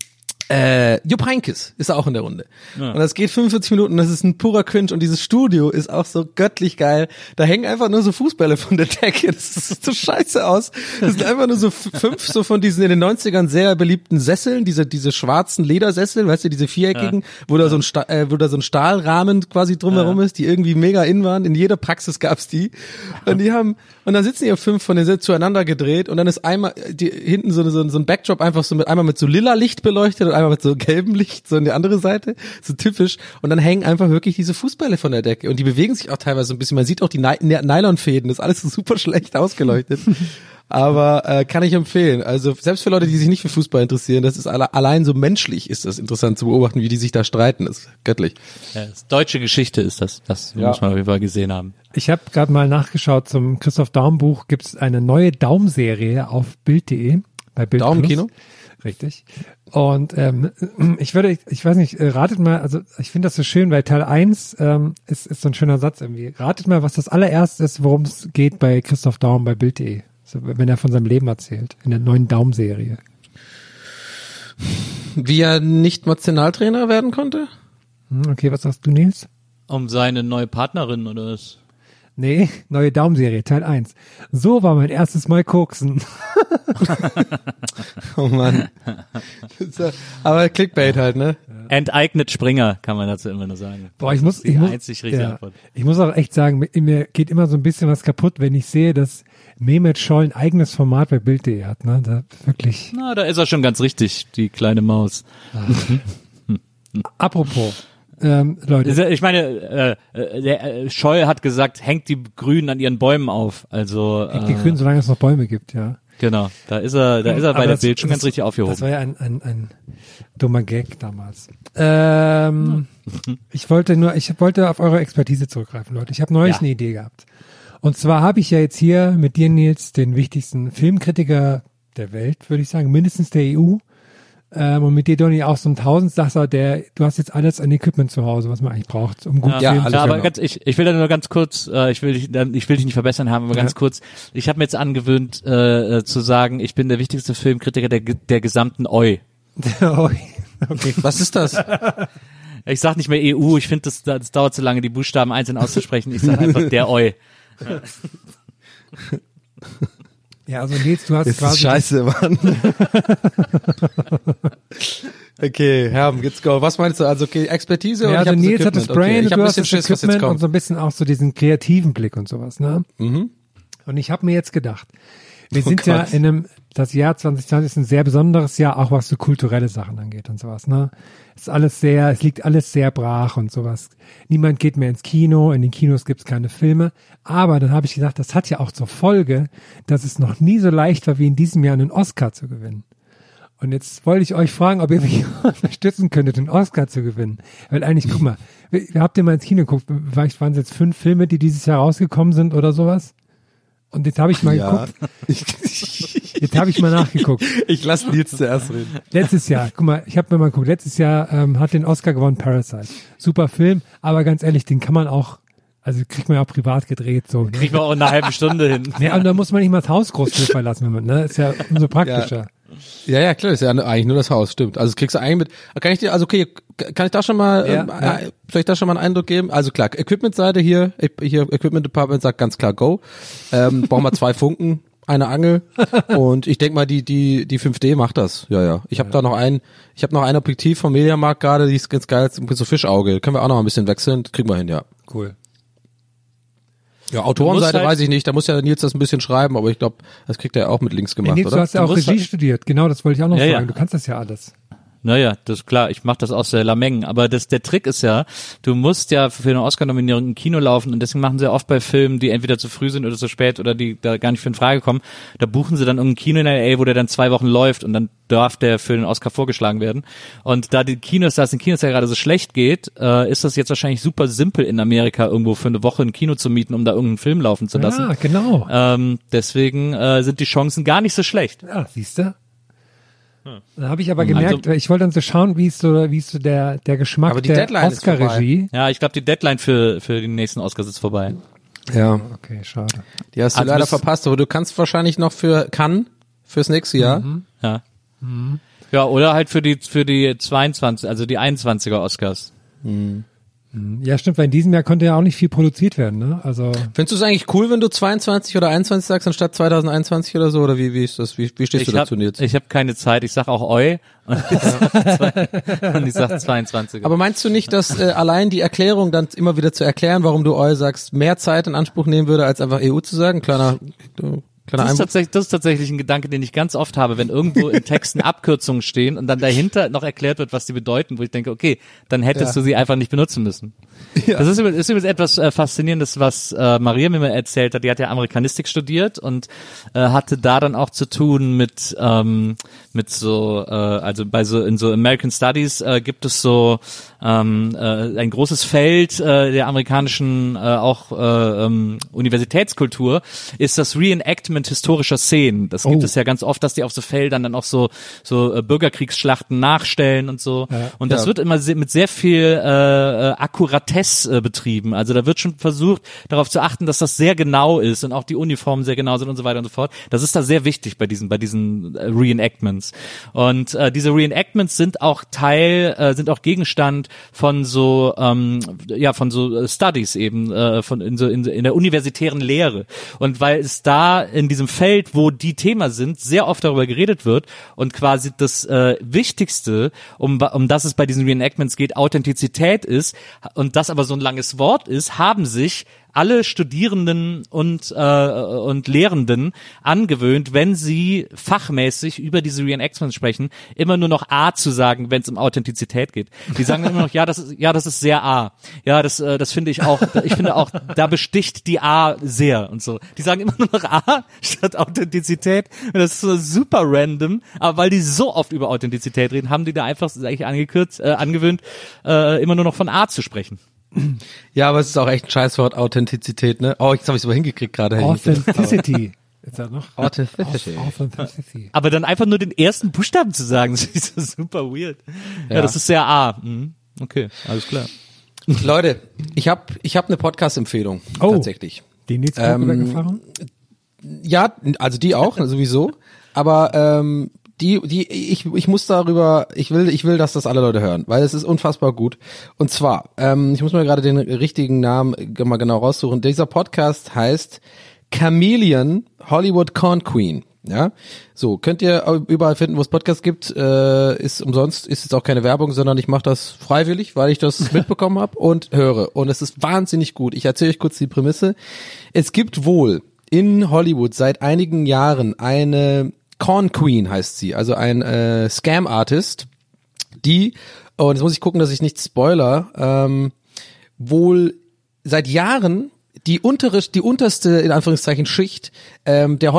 äh, Jupp Heynckes ist auch in der Runde. Ja. Und das geht fünfundvierzig Minuten, das ist ein purer Cringe und dieses Studio ist auch so göttlich geil. Da hängen einfach nur so Fußbälle von der Decke, das sieht so scheiße aus. Das sind einfach nur so fünf so von diesen in den neunzigern sehr beliebten Sesseln, diese diese schwarzen Ledersessel, weißt du, diese viereckigen, ja. wo da so ein Sta- äh, wo da so ein Stahlrahmen quasi drumherum ja. ist, die irgendwie mega in waren. In jeder Praxis gab's die. Und die haben und dann sitzen hier fünf von denen zueinander gedreht und dann ist einmal die, hinten so, so, so ein Backdrop einfach so mit einmal mit so lila Licht beleuchtet und einmal mit so gelbem Licht, so in die andere Seite, so typisch. Und dann hängen einfach wirklich diese Fußbälle von der Decke und die bewegen sich auch teilweise so ein bisschen. Man sieht auch die Ny- Nylonfäden, das ist alles so super schlecht ausgeleuchtet. Aber äh, kann ich empfehlen. Also selbst für Leute, die sich nicht für Fußball interessieren, das ist alle, allein so menschlich ist das interessant zu beobachten, wie die sich da streiten. Das ist göttlich. Ja, das deutsche Geschichte ist das. Das ja. muss man auf jeden Fall gesehen haben. Ich habe gerade mal nachgeschaut, zum Christoph Daum Buch gibt es eine neue Daum-Serie auf Bild punkt de. Bei Bild Daum-Kino? Richtig. Und ähm, ich würde, ich weiß nicht, ratet mal, also ich finde das so schön, weil Teil eins ähm, ist, ist so ein schöner Satz irgendwie. Ratet mal, was das allererste ist, worum es geht bei Christoph Daum bei Bild punkt de. So, wenn er von seinem Leben erzählt, in der neuen Daum-Serie. Wie er nicht Nationaltrainer werden konnte? Okay, was sagst du, Nils? Um seine neue Partnerin oder was? Nee, neue Daum-Serie, Teil eins. So war mein erstes Mal koksen. Oh Mann. Aber Clickbait halt, ne? Enteignet Springer, kann man dazu immer nur sagen. Boah, ich muss, ich muss, ja, ich muss auch echt sagen, mir geht immer so ein bisschen was kaputt, wenn ich sehe, dass Mehmet Scholl ein eigenes Format bei Bild punkt de hat, ne? Da wirklich. Na, da ist er schon ganz richtig, die kleine Maus. Apropos. Ähm, Leute. Ich meine, äh, der äh, Scholl hat gesagt, hängt die Grünen an ihren Bäumen auf. Also hängt die Grünen, solange es noch Bäume gibt, ja. Genau, da ist er, da ist er bei der Bild schon ganz richtig aufgehoben. Das war ja ein, ein, ein dummer Gag damals. Ähm, ich wollte nur, ich wollte auf eure Expertise zurückgreifen, Leute. Ich habe neulich ja. eine Idee gehabt. Und zwar habe ich ja jetzt hier mit dir, Nils, den wichtigsten Filmkritiker der Welt, würde ich sagen, mindestens der E U. Ähm, und mit dir, Donny, auch so ein Tausendsasser, der, du hast jetzt alles an Equipment zu Hause, was man eigentlich braucht, um gut ja, Film ja, zu aber ganz, ich, ich will da nur ganz kurz, äh, ich will dich, ich will dich nicht verbessern haben, aber ja. ganz kurz, ich habe mir jetzt angewöhnt, äh, zu sagen, ich bin der wichtigste Filmkritiker der, der gesamten O I. Der O I. Okay. Was ist das? Ich sag nicht mehr E U, ich finde, das, das dauert zu lange, die Buchstaben einzeln auszusprechen, ich sag einfach der O I. Ja, also Nils, du hast das quasi... Ist scheiße, Mann. Okay, Herm, let's go. Was meinst du? Also okay, Expertise? Ja, also Nils hat das Brain, okay. du hast das Schiss, Equipment und so ein bisschen auch so diesen kreativen Blick und sowas, ne? Mhm. Und ich habe mir jetzt gedacht, wir oh sind Gott. ja in einem, das Jahr zwanzig zwanzig ist ein sehr besonderes Jahr, auch was so kulturelle Sachen angeht und sowas, ne? Es ist alles sehr, es liegt alles sehr brach und sowas. Niemand geht mehr ins Kino, in den Kinos gibt's keine Filme. Aber dann habe ich gedacht, das hat ja auch zur Folge, dass es noch nie so leicht war, wie in diesem Jahr einen Oscar zu gewinnen. Und jetzt wollte ich euch fragen, ob ihr mich unterstützen könntet, einen Oscar zu gewinnen. Weil eigentlich, guck mal, habt ihr mal ins Kino geguckt, vielleicht waren es jetzt fünf Filme, die dieses Jahr rausgekommen sind oder sowas? Und jetzt habe ich mal ja. geguckt. Jetzt habe ich mal nachgeguckt. Ich lasse Nils zuerst reden. Letztes Jahr, guck mal, ich habe mir mal geguckt, letztes Jahr ähm, hat den Oscar gewonnen Parasite. Super Film, aber ganz ehrlich, den kann man auch, also kriegt man ja auch privat gedreht. So, ne? Kriegt man auch in einer halben Stunde hin. Ja, und da muss man nicht mal das Haus groß verlassen, wenn man, ne? Ist ja umso praktischer. Ja. Ja, ja, klar, ist ja eigentlich nur das Haus, stimmt. Also das kriegst du eigentlich mit, kann ich dir, also okay, kann ich da schon mal, ja, ähm, ja. äh, soll ich da schon mal einen Eindruck geben? Also klar, Equipment-Seite hier, hier Equipment Department sagt ganz klar Go. Ähm, brauchen wir zwei Funken, eine Angel und ich denke mal, die die die fünf D macht das. Ja, ja. Ich habe ja. da noch ein, ich habe noch ein Objektiv vom Mediamarkt gerade, die ist ganz geil, so Fischauge. Können wir auch noch ein bisschen wechseln, kriegen wir hin, ja. Cool. Ja, Autorenseite halt weiß ich nicht, da muss ja Nils das ein bisschen schreiben, aber ich glaube, das kriegt er auch mit Links gemacht, hey, Nils, oder? Du hast ja du auch Regie halt studiert, genau, das wollte ich auch noch ja, sagen. Ja. Du kannst das ja alles. Naja, das ist klar, ich mache das aus der Lameng, aber das, der Trick ist ja, du musst ja für eine Oscar-Nominierung im Kino laufen und deswegen machen sie ja oft bei Filmen, die entweder zu früh sind oder zu spät oder die da gar nicht für in Frage kommen, da buchen sie dann irgendein Kino in L A, wo der dann zwei Wochen läuft und dann darf der für den Oscar vorgeschlagen werden. Und da die Kinos, da es den Kinos ja gerade so schlecht geht, äh, ist das jetzt wahrscheinlich super simpel in Amerika irgendwo für eine Woche ein Kino zu mieten, um da irgendeinen Film laufen zu lassen. Ja, genau. Ähm, deswegen äh, sind die Chancen gar nicht so schlecht. Ja, siehst du? Da habe ich aber gemerkt, also, ich wollte dann so schauen, wie ist so, wie ist so der, der Geschmack aber die der Deadline Oscar-Regie. Ja, ich glaube, die Deadline für, für den nächsten Oscars ist vorbei. Ja. Okay, schade. Die hast du also leider verpasst, aber du kannst wahrscheinlich noch für Cannes fürs nächste Jahr. Mhm. Ja. Mhm. Ja, oder halt für die, für die zweiundzwanzig, also die einundzwanziger Oscars. Mhm. Ja, stimmt, weil in diesem Jahr konnte ja auch nicht viel produziert werden, ne? Also. Findest du es eigentlich cool, wenn du zweiundzwanzig oder einundzwanzig sagst, anstatt zwanzig einundzwanzig oder so? Oder wie, wie ist das? Wie, wie stehst ich du dazu hab, jetzt? Ich habe keine Zeit, ich sag auch Eu und ich sag, und ich sag zweiundzwanziger. Aber meinst du nicht, dass äh, allein die Erklärung dann immer wieder zu erklären, warum du Eu sagst, mehr Zeit in Anspruch nehmen würde, als einfach E U zu sagen? Kleiner, äh, Das ist, tatsächlich, das ist tatsächlich ein Gedanke, den ich ganz oft habe, wenn irgendwo in Texten Abkürzungen stehen und dann dahinter noch erklärt wird, was die bedeuten, wo ich denke, okay, dann hättest ja. du sie einfach nicht benutzen müssen. Ja. Das ist übrigens, ist übrigens etwas äh, Faszinierendes, was äh, Maria mir mal erzählt hat. Die hat ja Amerikanistik studiert und äh, hatte da dann auch zu tun mit ähm, mit so, äh, also bei so in so American Studies äh, gibt es so ähm, äh, ein großes Feld äh, der amerikanischen äh, auch äh, ähm, Universitätskultur ist das Reenactment historischer Szenen. Das gibt oh. es ja ganz oft, dass die auf so Feldern dann auch so so äh, Bürgerkriegsschlachten nachstellen und so. Ja. Und das ja. wird immer sehr, mit sehr viel äh, Akkuratesse äh, betrieben. Also da wird schon versucht, darauf zu achten, dass das sehr genau ist und auch die Uniformen sehr genau sind und so weiter und so fort. Das ist da sehr wichtig bei diesen bei diesen äh, Reenactments. Und äh, diese Reenactments sind auch Teil, äh, sind auch Gegenstand von so ähm, ja von so Studies eben äh, von in so in, in der universitären Lehre. Und weil es da in diesem Feld, wo die Thema sind, sehr oft darüber geredet wird und quasi das äh, Wichtigste, um um das es bei diesen Reenactments geht, Authentizität ist und das aber so ein langes Wort ist, haben sich alle Studierenden und äh, und Lehrenden angewöhnt, wenn sie fachmäßig über diese Reenactments sprechen, immer nur noch A zu sagen, wenn es um Authentizität geht. Die sagen immer noch, ja, das ist ja, das ist sehr A. Ja, das äh, das finde ich auch. Ich finde auch, da besticht die A sehr und so. Die sagen immer nur noch A statt Authentizität. Und das ist so super random. Aber weil die so oft über Authentizität reden, haben die da einfach eigentlich angekürzt, äh, angewöhnt, äh, immer nur noch von A zu sprechen. Ja, aber es ist auch echt ein Scheißwort, Authentizität, ne? Oh, jetzt habe ich es aber hingekriegt gerade. Authenticity. Ist das noch? Authenticity. Authenticity. Aber dann einfach nur den ersten Buchstaben zu sagen, das ist super weird. Ja, ja, das ist sehr A. Mhm. Okay, alles klar. Leute, ich habe ich hab eine Podcast-Empfehlung, oh, tatsächlich. Die Nils Ähm, Erfahrung? Ja, also die auch, sowieso. Aber ähm, die, die, ich, ich muss darüber, ich will, ich will, dass das alle Leute hören, weil es ist unfassbar gut. Und zwar, ähm, ich muss mir gerade den richtigen Namen mal genau raussuchen. Dieser Podcast heißt Chameleon Hollywood Con Queen. Ja, so könnt ihr überall finden, wo es Podcasts gibt. Äh, ist umsonst, ist jetzt auch keine Werbung, sondern ich mache das freiwillig, weil ich das mitbekommen habe und höre. Und es ist wahnsinnig gut. Ich erzähle euch kurz die Prämisse. Es gibt wohl in Hollywood seit einigen Jahren eine Con Queen, heißt sie, also ein äh, Scam-Artist, die, und jetzt muss ich gucken, dass ich nicht spoiler, ähm, wohl seit Jahren die untere, die unterste, in Anführungszeichen, Schicht ähm, der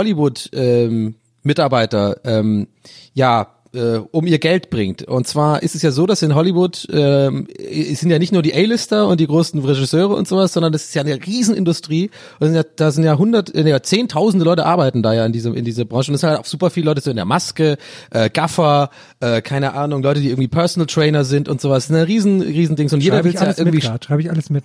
Hollywood-Mitarbeiter ähm, ja äh, um ihr Geld bringt. Und zwar ist es ja so, dass in Hollywood ähm, es sind ja nicht nur die A-Lister und die großen Regisseure und sowas, sondern das ist ja eine Riesenindustrie. Und sind ja, da sind ja hundert, ja zehntausende Leute arbeiten da ja in diesem in dieser Branche. Und es sind halt auch super viele Leute so in der Maske, äh, Gaffer, äh, keine Ahnung, Leute, die irgendwie Personal Trainer sind und sowas. Das ist ein riesen, riesen Dings. Und jeder will ja irgendwie. Schreibe ich alles mit.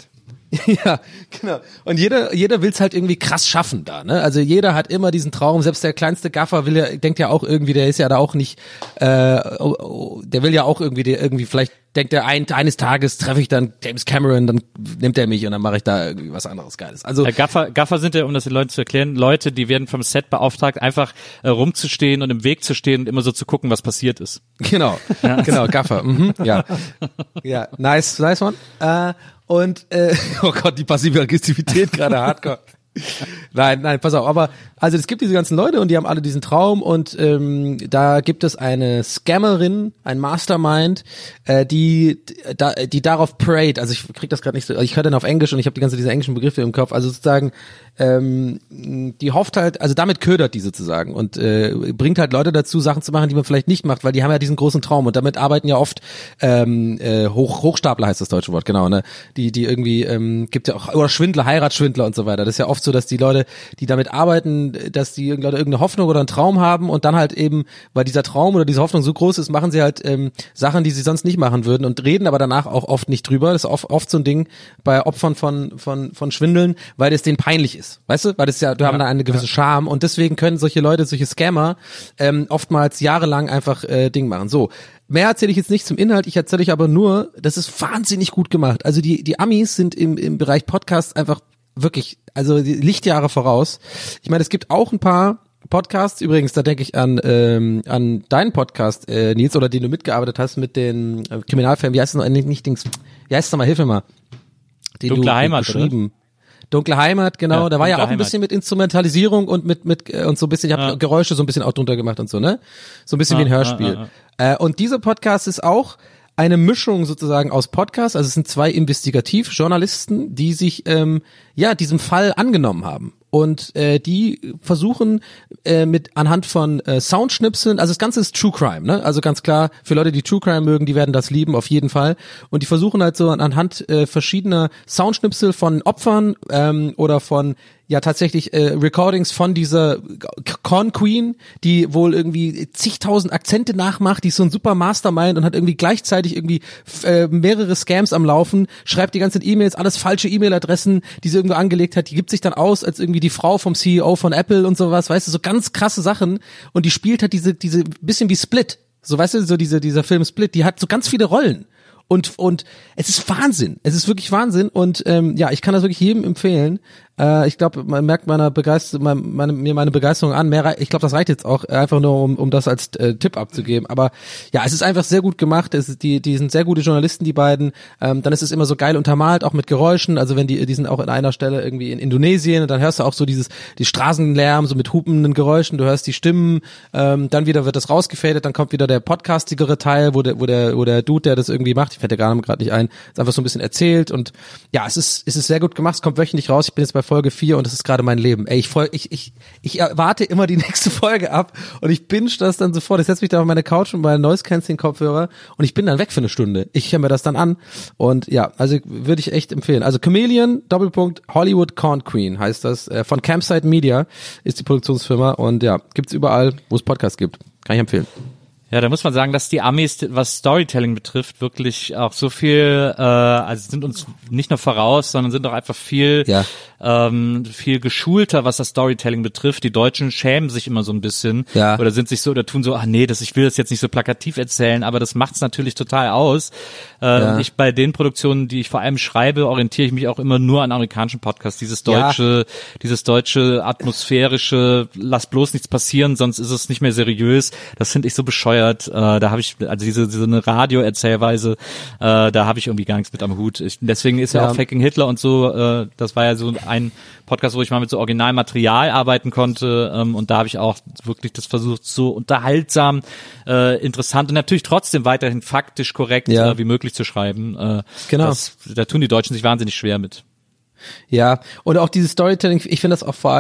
Ja, genau. Und jeder, jeder will's halt irgendwie krass schaffen da, ne? Also jeder hat immer diesen Traum, selbst der kleinste Gaffer will ja, denkt ja auch irgendwie, der ist ja da auch nicht, äh, oh, oh, der will ja auch irgendwie, der irgendwie, vielleicht denkt er, ein, eines Tages treffe ich dann James Cameron, dann nimmt er mich und dann mache ich da irgendwie was anderes Geiles. Also ja, Gaffer, Gaffer sind ja, um das den Leuten zu erklären, Leute, die werden vom Set beauftragt, einfach äh, rumzustehen und im Weg zu stehen und immer so zu gucken, was passiert ist. Genau, ja. Genau, Gaffer, mhm, ja. Ja, nice, nice one. Äh, Und, äh, oh Gott, die passive Aggressivität gerade hardcore. Nein, nein, pass auf, aber, also es gibt diese ganzen Leute und die haben alle diesen Traum und ähm, da gibt es eine Scammerin, ein Mastermind, äh, die da, die darauf preyt, also ich krieg das gerade nicht so, ich höre dann auf Englisch und ich habe die ganze diese englischen Begriffe im Kopf, also sozusagen, ähm, die hofft halt, also damit ködert die sozusagen und äh, bringt halt Leute dazu, Sachen zu machen, die man vielleicht nicht macht, weil die haben ja diesen großen Traum und damit arbeiten ja oft ähm, äh, Hoch, Hochstapler heißt das deutsche Wort, genau, ne, die die irgendwie, ähm, gibt ja auch, oder Schwindler, Heiratsschwindler und so weiter, das ist ja oft so, dass die Leute, die damit arbeiten, dass die Leute irgendeine Hoffnung oder einen Traum haben und dann halt eben, weil dieser Traum oder diese Hoffnung so groß ist, machen sie halt ähm, Sachen, die sie sonst nicht machen würden und reden aber danach auch oft nicht drüber. Das ist oft, oft so ein Ding bei Opfern von von von Schwindeln, weil das denen peinlich ist, weißt du? Weil das ja, du ja, haben da eine gewisse ja. Scham und deswegen können solche Leute, solche Scammer ähm, oftmals jahrelang einfach äh, Ding machen. So. Mehr erzähle ich jetzt nicht zum Inhalt, ich erzähle euch aber nur, das ist wahnsinnig gut gemacht. Also die die Amis sind im im Bereich Podcasts einfach wirklich, also Lichtjahre voraus. Ich meine, es gibt auch ein paar Podcasts, übrigens, da denke ich an ähm, an deinen Podcast, äh, Nils, oder den du mitgearbeitet hast mit den äh, Kriminalfällen, wie heißt es noch, nicht, nicht Dings, wie heißt es nochmal, hilf mir mal. Den Dunkle du Heimat, beschrieben. oder? Dunkle Heimat, genau, Ja, da war ja auch Dunkle ein bisschen Heimat. mit Instrumentalisierung und mit mit äh, und so ein bisschen, ich habe Ja. Geräusche so ein bisschen auch drunter gemacht und so, ne? So ein bisschen Ja, wie ein Hörspiel. ja, ja, Äh, und dieser Podcast ist auch eine Mischung sozusagen aus Podcasts, also es sind zwei Investigativjournalisten, die sich ähm, ja diesem Fall angenommen haben und äh, die versuchen äh, mit anhand von äh, Soundschnipseln, also das Ganze ist True Crime, ne? Also ganz klar, für Leute, die True Crime mögen, die werden das lieben, auf jeden Fall. Und die versuchen halt so anhand äh, verschiedener Soundschnipsel von Opfern ähm, oder von ja tatsächlich äh, Recordings von dieser Con Queen, die wohl irgendwie zigtausend Akzente nachmacht, die ist so ein super Mastermind und hat irgendwie gleichzeitig irgendwie äh, mehrere Scams am Laufen, schreibt die ganzen E-Mails, alles falsche E-Mail-Adressen, die sie irgendwo angelegt hat, die gibt sich dann aus als irgendwie die Frau vom C E O von Apple und sowas, weißt du, so ganz krasse Sachen und die spielt halt diese, diese, bisschen wie Split, so weißt du, so diese, dieser Film Split, die hat so ganz viele Rollen. Und und es ist Wahnsinn, es ist wirklich Wahnsinn und ähm, ja, ich kann das wirklich jedem empfehlen. Äh, ich glaube, man merkt meiner Begeisterung, meine, meine, mir meine Begeisterung an. Mehr, ich glaube, das reicht jetzt auch einfach nur, um, um das als äh, Tipp abzugeben. Aber ja, es ist einfach sehr gut gemacht. Es ist, die die sind sehr gute Journalisten, die beiden. Ähm, dann ist es immer so geil untermalt, auch mit Geräuschen. Also wenn die die sind auch in einer Stelle irgendwie in Indonesien und dann hörst du auch so dieses die Straßenlärm so mit hupenden Geräuschen. Du hörst die Stimmen. Ähm, dann wieder wird das rausgefadet. Dann kommt wieder der podcastigere Teil, wo der wo der wo der Dude, der das irgendwie macht, ich fällt der gerade gerade nicht ein, ist einfach so ein bisschen erzählt und ja, es ist es ist sehr gut gemacht. Es kommt wöchentlich raus. Ich bin jetzt bei Folge vier und das ist gerade mein Leben. Ey, ich freu, ich ich ich warte immer die nächste Folge ab und ich binge das dann sofort. Ich setze mich da auf meine Couch und meine Noise Cancelling Kopfhörer und ich bin dann weg für eine Stunde. Ich höre mir das dann an und ja, also würde ich echt empfehlen. Also Chameleon Doppelpunkt Hollywood Con Queen heißt das, äh, von Campsite Media ist die Produktionsfirma und ja, gibt's überall, wo es Podcasts gibt. Kann ich empfehlen. Ja, da muss man sagen, dass die Amis, was Storytelling betrifft, wirklich auch so viel, äh, also sind uns nicht nur voraus, sondern sind auch einfach viel, ja. ähm, viel geschulter, was das Storytelling betrifft. Die Deutschen schämen sich immer so ein bisschen ja. oder sind sich so oder tun so, ach nee, das, ich will das jetzt nicht so plakativ erzählen, aber das macht's natürlich total aus. Äh, ja. ich bei den Produktionen, die ich vor allem schreibe, orientiere ich mich auch immer nur an amerikanischen Podcasts. Dieses deutsche, ja. dieses deutsche atmosphärische, lass bloß nichts passieren, sonst ist es nicht mehr seriös. Das finde ich so bescheuert. Äh, da habe ich, also diese, diese eine Radio-Erzählweise, äh, da habe ich irgendwie gar nichts mit am Hut. Ich, deswegen ist ja, ja auch Faking Hitler und so, äh, das war ja so ein Podcast, wo ich mal mit so Originalmaterial arbeiten konnte ähm, und da habe ich auch wirklich das versucht, so unterhaltsam, äh, interessant und natürlich trotzdem weiterhin faktisch korrekt ja. äh, wie möglich zu schreiben. Äh, genau. Das, da tun die Deutschen sich wahnsinnig schwer mit. Ja, und auch dieses Storytelling, ich finde das auch vor allem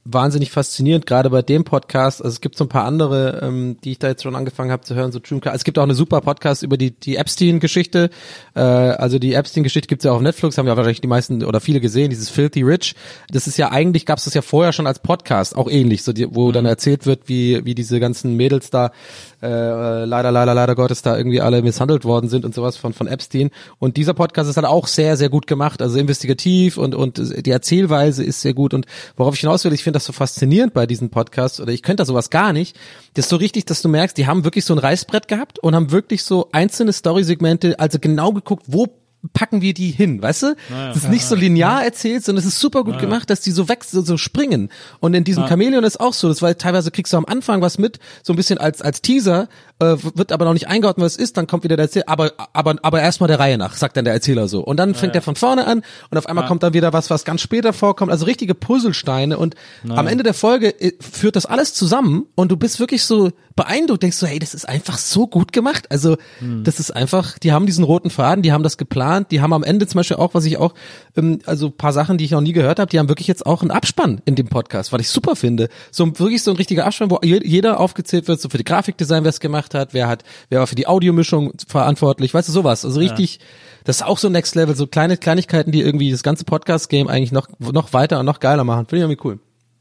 wahnsinnig faszinierend, gerade bei dem Podcast. Also es gibt so ein paar andere, ähm, die ich da jetzt schon angefangen habe zu hören, so Dreamcast. Es gibt auch eine super Podcast über die die Epstein-Geschichte. Äh, also die Epstein-Geschichte gibt's ja auch auf Netflix, haben ja wahrscheinlich die meisten oder viele gesehen, dieses Filthy Rich. Das ist ja eigentlich, gab's das ja vorher schon als Podcast, auch ähnlich, so die, wo mhm. dann erzählt wird, wie wie diese ganzen Mädels da äh, leider, leider, leider Gottes da irgendwie alle misshandelt worden sind und sowas von von Epstein. Und dieser Podcast ist halt auch sehr, sehr gut gemacht, also investigativ und und die Erzählweise ist sehr gut. Und worauf ich hinaus will, ich finde das so faszinierend bei diesen Podcasts, oder ich könnte da sowas gar nicht. Das ist so richtig, dass du merkst, die haben wirklich so ein Reißbrett gehabt und haben wirklich so einzelne Storysegmente, also genau geguckt, wo packen wir die hin, weißt du? Naja. Das ist nicht so linear erzählt, sondern es ist super gut naja. gemacht, dass die so wechseln, so springen. Und in diesem naja. Chamäleon ist auch so, das war teilweise kriegst du am Anfang was mit, so ein bisschen als als Teaser, äh, wird aber noch nicht eingeordnet, was es ist, dann kommt wieder der Erzähler, aber aber aber erstmal der Reihe nach, sagt dann der Erzähler so. Und dann fängt naja. er von vorne an und auf einmal naja. kommt dann wieder was, was ganz später vorkommt, also richtige Puzzlesteine und naja. am Ende der Folge äh, führt das alles zusammen und du bist wirklich so beeindruckt, denkst so, hey, das ist einfach so gut gemacht. Also hm. das ist einfach, die haben diesen roten Faden, die haben das geplant, die haben am Ende zum Beispiel auch, was ich auch, ähm, also paar Sachen, die ich noch nie gehört habe, die haben wirklich jetzt auch einen Abspann in dem Podcast, was ich super finde. So wirklich so ein richtiger Abspann, wo jeder aufgezählt wird, so für die Grafikdesign, wer es gemacht hat, wer hat, wer war für die Audiomischung verantwortlich, weißt du, sowas. Also richtig, ja. das ist auch so Next Level, so kleine Kleinigkeiten, die irgendwie das ganze Podcast-Game eigentlich noch noch weiter und noch geiler machen. Finde ich irgendwie cool.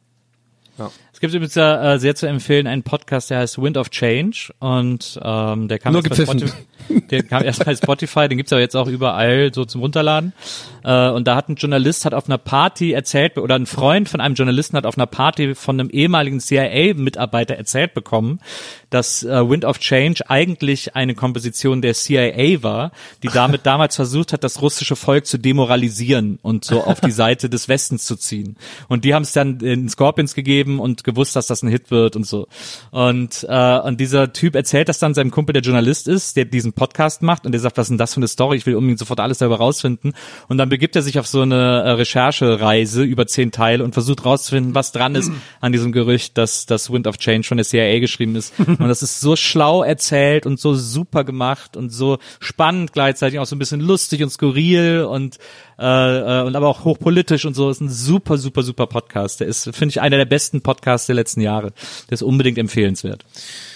Ja. Es gibt übrigens ja äh, sehr zu empfehlen einen Podcast, der heißt Wind of Change und ähm, der kam Nur erst bei Spotify, der kam erst bei Spotify, den gibt's aber jetzt auch überall so zum Runterladen. Äh, und da hat ein Journalist hat auf einer Party erzählt, oder ein Freund von einem Journalisten hat auf einer Party von einem ehemaligen C I A-Mitarbeiter erzählt bekommen, dass äh, Wind of Change eigentlich eine Komposition der C I A war, die damit damals versucht hat, das russische Volk zu demoralisieren und so auf die Seite des Westens zu ziehen. Und die haben es dann in Scorpions gegeben und gewusst, dass das ein Hit wird und so. Und äh, und dieser Typ erzählt das dann seinem Kumpel, der Journalist ist, der diesen Podcast macht und der sagt, was ist denn das für eine Story? Ich will unbedingt sofort alles darüber rausfinden. Und dann begibt er sich auf so eine äh, Recherchereise über zehn Teile und versucht rauszufinden, was dran ist an diesem Gerücht, dass das Wind of Change von der C I A geschrieben ist. Und das ist so schlau erzählt und so super gemacht und so spannend gleichzeitig, auch so ein bisschen lustig und skurril und äh, und aber auch hochpolitisch und so. Ist ein super, super, super Podcast. Der ist, finde ich, einer der besten Podcasts der letzten Jahre. Der ist unbedingt empfehlenswert.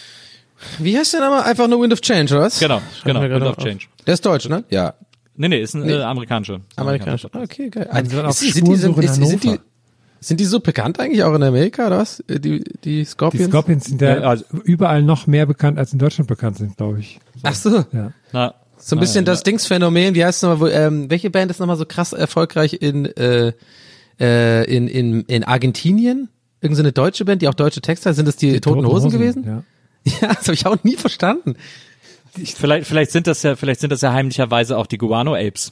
Wie heißt der Name? Einfach nur Wind of Change, oder was? Genau, genau, Wind of Change. Der ist deutsch, ne? Ja. Nee, nee, ist ein nee. Äh, amerikanischer. Amerikanischer. Okay, geil. Also ist, sind, die, sind, ist, sind, die, sind die so bekannt eigentlich auch in Amerika, oder was? Die, die Scorpions? Die Scorpions sind ja, also überall noch mehr bekannt, als in Deutschland bekannt sind, glaube ich. So. Ach so. Ja. Na, so ein bisschen na, das na. Dingsphänomen, wie heißt es nochmal, wo, ähm, welche Band ist nochmal so krass erfolgreich in, äh, äh, in, in, in Argentinien? Irgend so eine deutsche Band, die auch deutsche Texte hat, sind das die, die Toten Hosen, Hosen gewesen? Ja. Ja, das habe ich auch nie verstanden. Ich, vielleicht, vielleicht sind das ja, vielleicht sind das ja heimlicherweise auch die Guano Apes.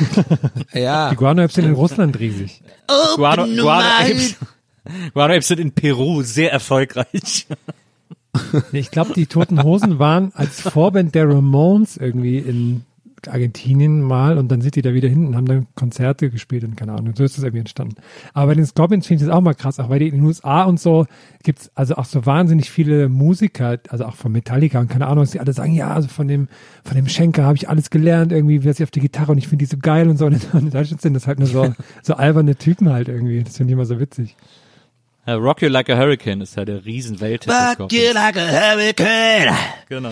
Ja. Die Guano Apes sind in Russland riesig. Oh, Guano, Guano Apes, Guano Apes sind in Peru sehr erfolgreich. Ich glaube, die Toten Hosen waren als Vorband der Ramones irgendwie in Argentinien mal und dann sind die da wieder hinten und haben dann Konzerte gespielt und keine Ahnung, so ist das irgendwie entstanden. Aber bei den Scorpions finde ich das auch mal krass, auch weil die in den U S A und so gibt's also auch so wahnsinnig viele Musiker, also auch von Metallica und keine Ahnung, dass die alle sagen, ja, also von dem von dem Schenker habe ich alles gelernt, irgendwie wer sie auf die Gitarre und ich finde die so geil und so und in Deutschland sind das halt nur so so alberne Typen halt irgendwie, das finde ich immer so witzig. Uh, Rock You Like a Hurricane ist ja der Riesenwelt. Rock You Like a Hurricane. Genau.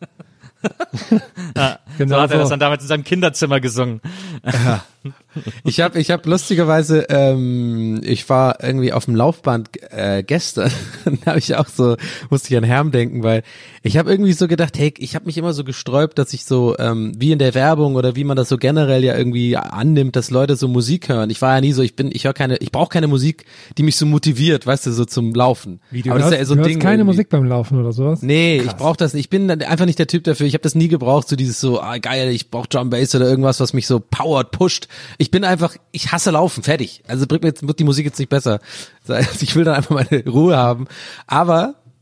Ja, genau so hat er so. Das dann damals in seinem Kinderzimmer gesungen. Ja. Ich habe ich hab lustigerweise, ähm, ich war irgendwie auf dem Laufband äh, gestern und da habe ich auch so, musste ich an Herm denken, weil ich habe irgendwie so gedacht, hey, ich habe mich immer so gesträubt, dass ich so, ähm, wie in der Werbung oder wie man das so generell ja irgendwie annimmt, dass Leute so Musik hören. Ich war ja nie so, ich bin, ich höre keine, ich brauche keine Musik, die mich so motiviert, weißt du, so zum Laufen. Wie, du Aber hörst, das ist ja so du ein hörst Ding keine irgendwie. Musik beim Laufen oder sowas? Nee, Krass. ich brauche das nicht. Ich bin einfach nicht der Typ dafür. Ich habe das nie gebraucht, so dieses so, ah geil, ich brauche Drum Bass oder irgendwas, was mich so powert, pusht. Ich bin einfach, ich hasse Laufen, fertig. Also bringt mir jetzt, wird die Musik jetzt nicht besser. Also ich will dann einfach meine Ruhe haben. Aber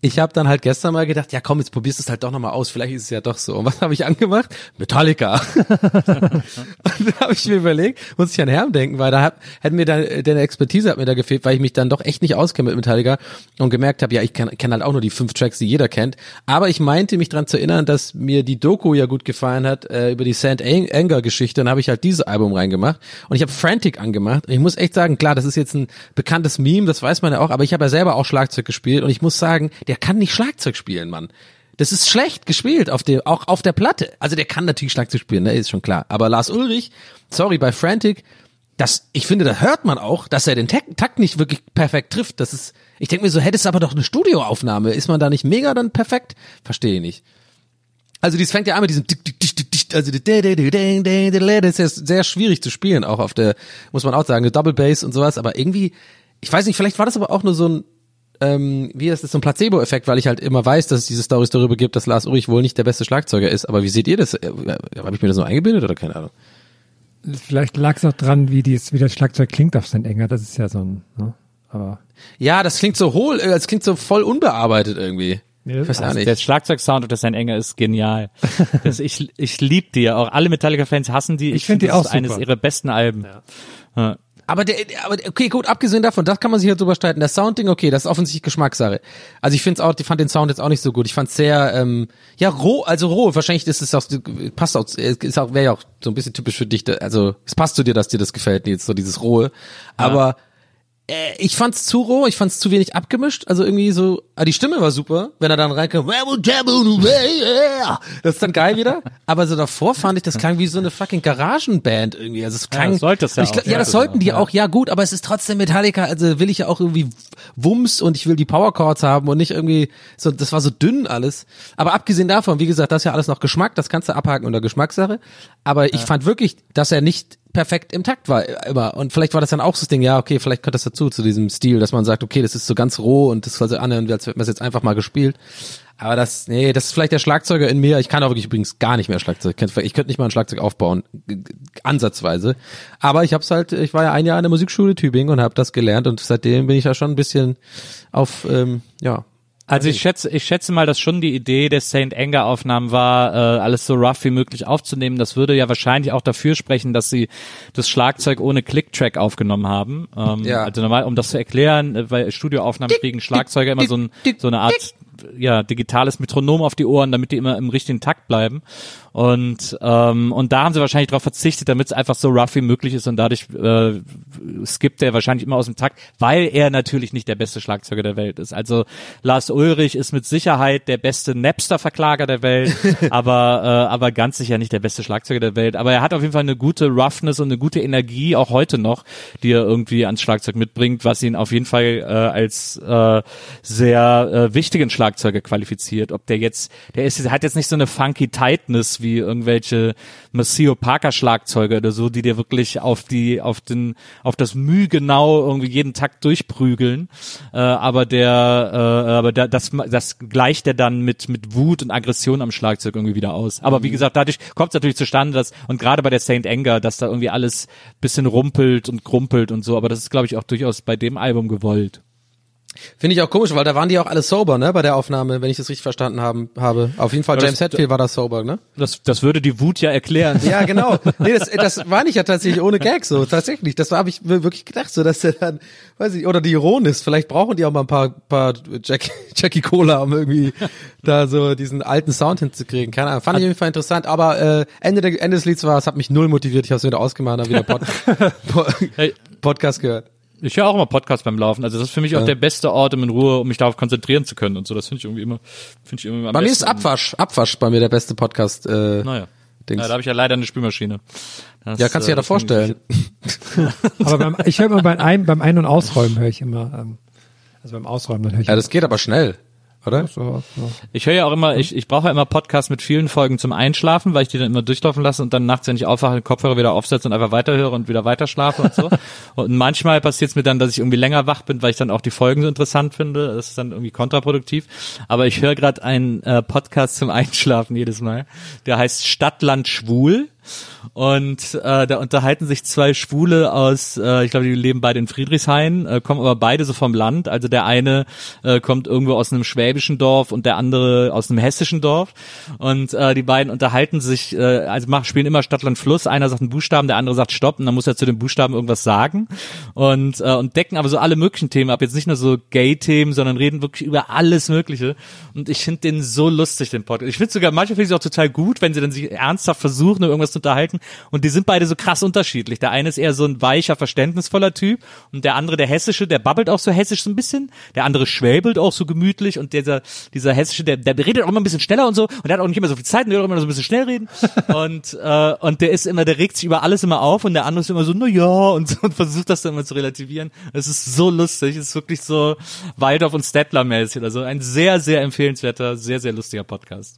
ich habe dann halt gestern mal gedacht, ja komm, jetzt probierst du es halt doch nochmal aus, vielleicht ist es ja doch so. Und was habe ich angemacht? Metallica. Und dann habe ich mir überlegt, muss ich an Herm denken, weil da hat, hätten mir da, deine Expertise hat mir da gefehlt, weil ich mich dann doch echt nicht auskenne mit Metallica und gemerkt habe, ja, ich kenne kenn halt auch nur die fünf Tracks, die jeder kennt. Aber ich meinte mich dran zu erinnern, dass mir die Doku ja gut gefallen hat äh, über die Saint Anger-Geschichte. Dann habe ich halt dieses Album reingemacht und ich habe Frantic angemacht. Und ich muss echt sagen, klar, das ist jetzt ein bekanntes Meme, das weiß man ja auch, aber ich habe ja selber auch Schlagzeug gespielt und ich muss sagen, der kann nicht Schlagzeug spielen, Mann. Das ist schlecht gespielt, auf dem, auch auf der Platte. Also der kann natürlich Schlagzeug spielen, ne, ist schon klar. Aber Lars Ulrich, sorry, bei Frantic, das, ich finde, da hört man auch, dass er den Takt nicht wirklich perfekt trifft. Das ist, ich denke mir so, hättest aber doch eine Studioaufnahme. Ist man da nicht mega dann perfekt? Verstehe ich nicht. Also das fängt ja an mit diesem, also das ist ja sehr schwierig zu spielen, auch auf der, muss man auch sagen, eine Double Bass und sowas. Aber irgendwie, ich weiß nicht, vielleicht war das aber auch nur so ein, ähm, wie ist das, so ein Placebo-Effekt, weil ich halt immer weiß, dass es diese Storys darüber gibt, dass Lars Ulrich wohl nicht der beste Schlagzeuger ist. Aber wie seht ihr das? Habe ich mir das nur eingebildet oder keine Ahnung? Vielleicht lag es auch dran, wie, dies, wie das Schlagzeug klingt auf Saint Anger. Das ist ja so ein, ne? Aber. Ja, das klingt so hohl, es klingt so voll unbearbeitet irgendwie. Ich weiß auch nicht. Der Schlagzeugsound und das Saint Anger ist genial. Das, ich ich liebe die. Auch alle Metallica-Fans hassen die. Ich, ich finde die auch super. Eines ihrer besten Alben. Ja. Ja. Aber der, aber okay, gut, abgesehen davon, das kann man sich halt drüber streiten. Das Soundding, okay, das ist offensichtlich Geschmackssache. Also ich finde es auch, ich fand den Sound jetzt auch nicht so gut. Ich fand es sehr, ähm, ja, roh, also roh. Wahrscheinlich ist es auch, passt auch, ist auch, wäre ja auch so ein bisschen typisch für dich. Also es passt zu dir, dass dir das gefällt, jetzt so dieses rohe. Aber ja. Äh, ich fand's zu roh, ich fand's zu wenig abgemischt, also irgendwie so, ah, die Stimme war super, wenn er dann reinkommt, das ist dann geil wieder, aber so davor fand ich, das klang wie so eine fucking Garagenband irgendwie, also es klang, ja, das sollte es ja, ich, auch, ja, das ja, sollten die ja. auch, ja gut, aber es ist trotzdem Metallica, also will ich ja auch irgendwie Wumms und ich will die Powerchords haben und nicht irgendwie, so, das war so dünn alles, aber abgesehen davon, wie gesagt, das ist ja alles noch Geschmack, das kannst du abhaken unter Geschmackssache, aber ich ja. fand wirklich, dass er nicht perfekt im Takt war immer. Und vielleicht war das dann auch so das Ding, ja, okay, vielleicht gehört das dazu, zu diesem Stil, dass man sagt, okay, das ist so ganz roh und das soll so anhören, als hätte man es jetzt einfach mal gespielt. Aber das, nee, das ist vielleicht der Schlagzeuger in mir. Ich kann auch wirklich übrigens gar nicht mehr Schlagzeug. Ich könnte nicht mal ein Schlagzeug aufbauen, ansatzweise. Aber ich hab's halt, ich war ja ein Jahr in der Musikschule Tübingen und habe das gelernt und seitdem bin ich ja schon ein bisschen auf, ähm, ja, Also ich schätze, ich schätze mal, dass schon die Idee der Saint Anger Aufnahmen war, äh, alles so rough wie möglich aufzunehmen. Das würde ja wahrscheinlich auch dafür sprechen, dass sie das Schlagzeug ohne Click-Track aufgenommen haben. Ähm, ja. Also normal, um das zu erklären, weil Studioaufnahmen kriegen Schlagzeuger immer so, ein, so eine Art ja digitales Metronom auf die Ohren, damit die immer im richtigen Takt bleiben. Und ähm, und da haben sie wahrscheinlich darauf verzichtet, damit es einfach so rough wie möglich ist und dadurch äh, skippt er wahrscheinlich immer aus dem Takt, weil er natürlich nicht der beste Schlagzeuger der Welt ist. Also Lars Ulrich ist mit Sicherheit der beste Napster-Verklager der Welt, aber äh, aber ganz sicher nicht der beste Schlagzeuger der Welt. Aber er hat auf jeden Fall eine gute Roughness und eine gute Energie, auch heute noch, die er irgendwie ans Schlagzeug mitbringt, was ihn auf jeden Fall äh, als äh, sehr äh, wichtigen Schlagzeuger qualifiziert. Ob der jetzt, der ist, der hat jetzt nicht so eine funky Tightness wie irgendwelche Maceo Parker Schlagzeuger oder so, die dir wirklich auf die, auf den, auf das Müh genau irgendwie jeden Takt durchprügeln. Äh, aber der, äh, aber da, das, das gleicht er dann mit, mit Wut und Aggression am Schlagzeug irgendwie wieder aus. Aber wie gesagt, dadurch kommt es natürlich zustande, dass, und gerade bei der Saint Anger, dass da irgendwie alles bisschen rumpelt und krumpelt und so. Aber das ist, glaube ich, auch durchaus bei dem Album gewollt. Finde ich auch komisch, weil da waren die auch alle sober, ne, bei der Aufnahme, wenn ich das richtig verstanden haben, habe. Auf jeden Fall James Hetfield war da sober, ne? Das, das würde die Wut ja erklären. Ja, genau. Nee, das, das war nicht ja tatsächlich ohne Gag so, tatsächlich. Das habe ich wirklich gedacht, so, dass der dann, weiß ich, oder die Ironis, vielleicht brauchen die auch mal ein paar, paar Jack, Jackie Cola, um irgendwie da so diesen alten Sound hinzukriegen. Keine Ahnung. Fand ich auf jeden Fall interessant, aber äh, Ende, der, Ende des Lieds war, es hat mich null motiviert, ich habe es wieder ausgemacht, habe wieder Pod, Pod, Podcast gehört. Ich höre auch immer Podcasts beim Laufen. Also das ist für mich auch ja. der beste Ort, um in Ruhe, um mich darauf konzentrieren zu können und so. Das finde ich irgendwie immer, finde ich irgendwie am Bei besten. mir ist Abwasch, Abwasch bei mir der beste Podcast. Äh, naja. Ja, da habe ich ja leider eine Spülmaschine. Das, ja, kannst du dir äh, ja da vorstellen. Aber beim, ich höre immer beim Ein-, beim Ein- und Ausräumen höre ich immer, ähm, also beim Ausräumen dann höre ich Ja, das geht aber schnell. Oder? So, so. Ich höre ja auch immer, ich, ich brauche ja immer Podcasts mit vielen Folgen zum Einschlafen, weil ich die dann immer durchlaufen lasse und dann nachts, wenn ich aufwache, den Kopfhörer wieder aufsetze und einfach weiterhöre und wieder weiter schlafe und so. Und manchmal passiert es mir dann, dass ich irgendwie länger wach bin, weil ich dann auch die Folgen so interessant finde. Das ist dann irgendwie kontraproduktiv. Aber ich höre gerade einen äh, Podcast zum Einschlafen jedes Mal. Der heißt Stadtland Schwul. Und äh, da unterhalten sich zwei Schwule aus, äh, ich glaube, die leben beide in Friedrichshain, äh, kommen aber beide so vom Land. Also der eine äh, kommt irgendwo aus einem schwäbischen Dorf und der andere aus einem hessischen Dorf. Und äh, die beiden unterhalten sich, äh, also machen, spielen immer Stadt, Land, Fluss. Einer sagt einen Buchstaben, der andere sagt Stopp und dann muss er zu dem Buchstaben irgendwas sagen. Und, äh, und decken aber so alle möglichen Themen ab. Jetzt nicht nur so Gay-Themen, sondern reden wirklich über alles Mögliche. Und ich finde den so lustig, den Podcast. Ich finde sogar, manchmal finde ich es auch total gut, wenn sie dann sich ernsthaft versuchen, über irgendwas zu unterhalten. Und die sind beide so krass unterschiedlich. Der eine ist eher so ein weicher, verständnisvoller Typ und der andere, der hessische, der babbelt auch so hessisch so ein bisschen. Der andere schwäbelt auch so gemütlich und dieser dieser hessische, der der redet auch immer ein bisschen schneller und so und der hat auch nicht immer so viel Zeit und der will auch immer so ein bisschen schnell reden. und äh, und der ist immer, der regt sich über alles immer auf und der andere ist immer so, na ja und, so, und versucht das dann immer zu relativieren. Es ist so lustig, es ist wirklich so Waldorf und Stettler mäßig. Also ein sehr, sehr empfehlenswerter, sehr, sehr lustiger Podcast.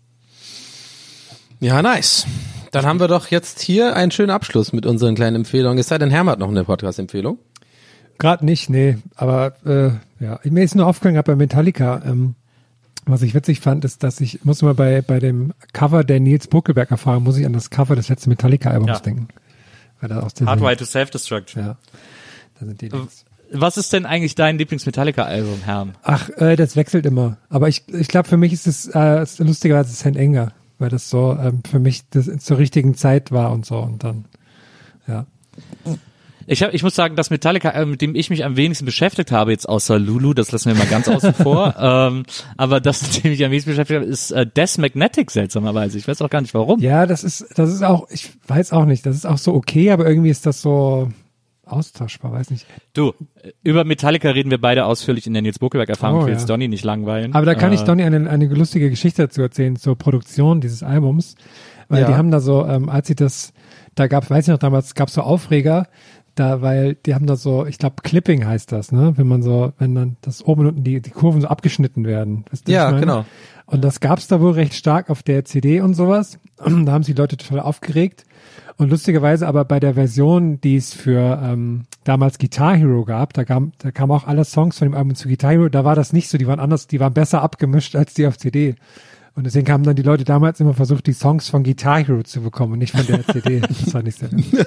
Ja, nice. Dann haben wir doch jetzt hier einen schönen Abschluss mit unseren kleinen Empfehlungen. Es sei denn, Herm hat noch eine Podcast-Empfehlung. Gerade nicht, nee. Aber äh, ja, mir ist nur aufgegangen, bei Metallica, ähm, was ich witzig fand, ist, dass ich, muss mal bei bei dem Cover der Nils Buckelberg-Erfahrung, muss ich an das Cover des letzten Metallica-Albums ja. denken. Weil da aus Hard Way to Self-Destruction. Ja, da sind die Links. Was ist denn eigentlich dein Lieblings-Metallica-Album, Herm? Ach, äh, das wechselt immer. Aber ich ich glaube, für mich ist es äh, lustigerweise Saint Anger, weil das so ähm, für mich das zur richtigen Zeit war und so und dann, ja. Ich hab, ich muss sagen, das Metallica, äh, mit dem ich mich am wenigsten beschäftigt habe, jetzt außer Lulu, das lassen wir mal ganz außen vor, ähm, aber das, mit dem ich am wenigsten beschäftigt habe, ist äh, Death Magnetic seltsamerweise. Ich weiß auch gar nicht warum. Ja, das ist, das ist auch, ich weiß auch nicht, das ist auch so okay, aber irgendwie ist das so austauschbar, weiß nicht. Du, über Metallica reden wir beide ausführlich in der Nils Buckelberg-Erfahrung, oh, ich will ja. jetzt Donny nicht langweilen. Aber da kann äh, ich Donny eine, eine lustige Geschichte dazu erzählen, zur Produktion dieses Albums, weil ja. die haben da so, ähm, als sie das, da gab, weiß ich noch damals, gab es so Aufreger, da, weil die haben da so, ich glaube Clipping heißt das, ne, wenn man so, wenn dann das oben und unten die, die Kurven so abgeschnitten werden. Weißt du, Ja, was ich meine? genau. Und das gab's da wohl recht stark auf der C D und sowas. Da haben sich die Leute total aufgeregt. Und lustigerweise aber bei der Version, die es für ähm, damals Guitar Hero gab, da kam, da kamen auch alle Songs von dem Album zu Guitar Hero, da war das nicht so, die waren anders, die waren besser abgemischt als die auf C D. Und deswegen haben dann die Leute damals immer versucht, die Songs von Guitar Hero zu bekommen und nicht von der C D. Das war nicht sehr gut.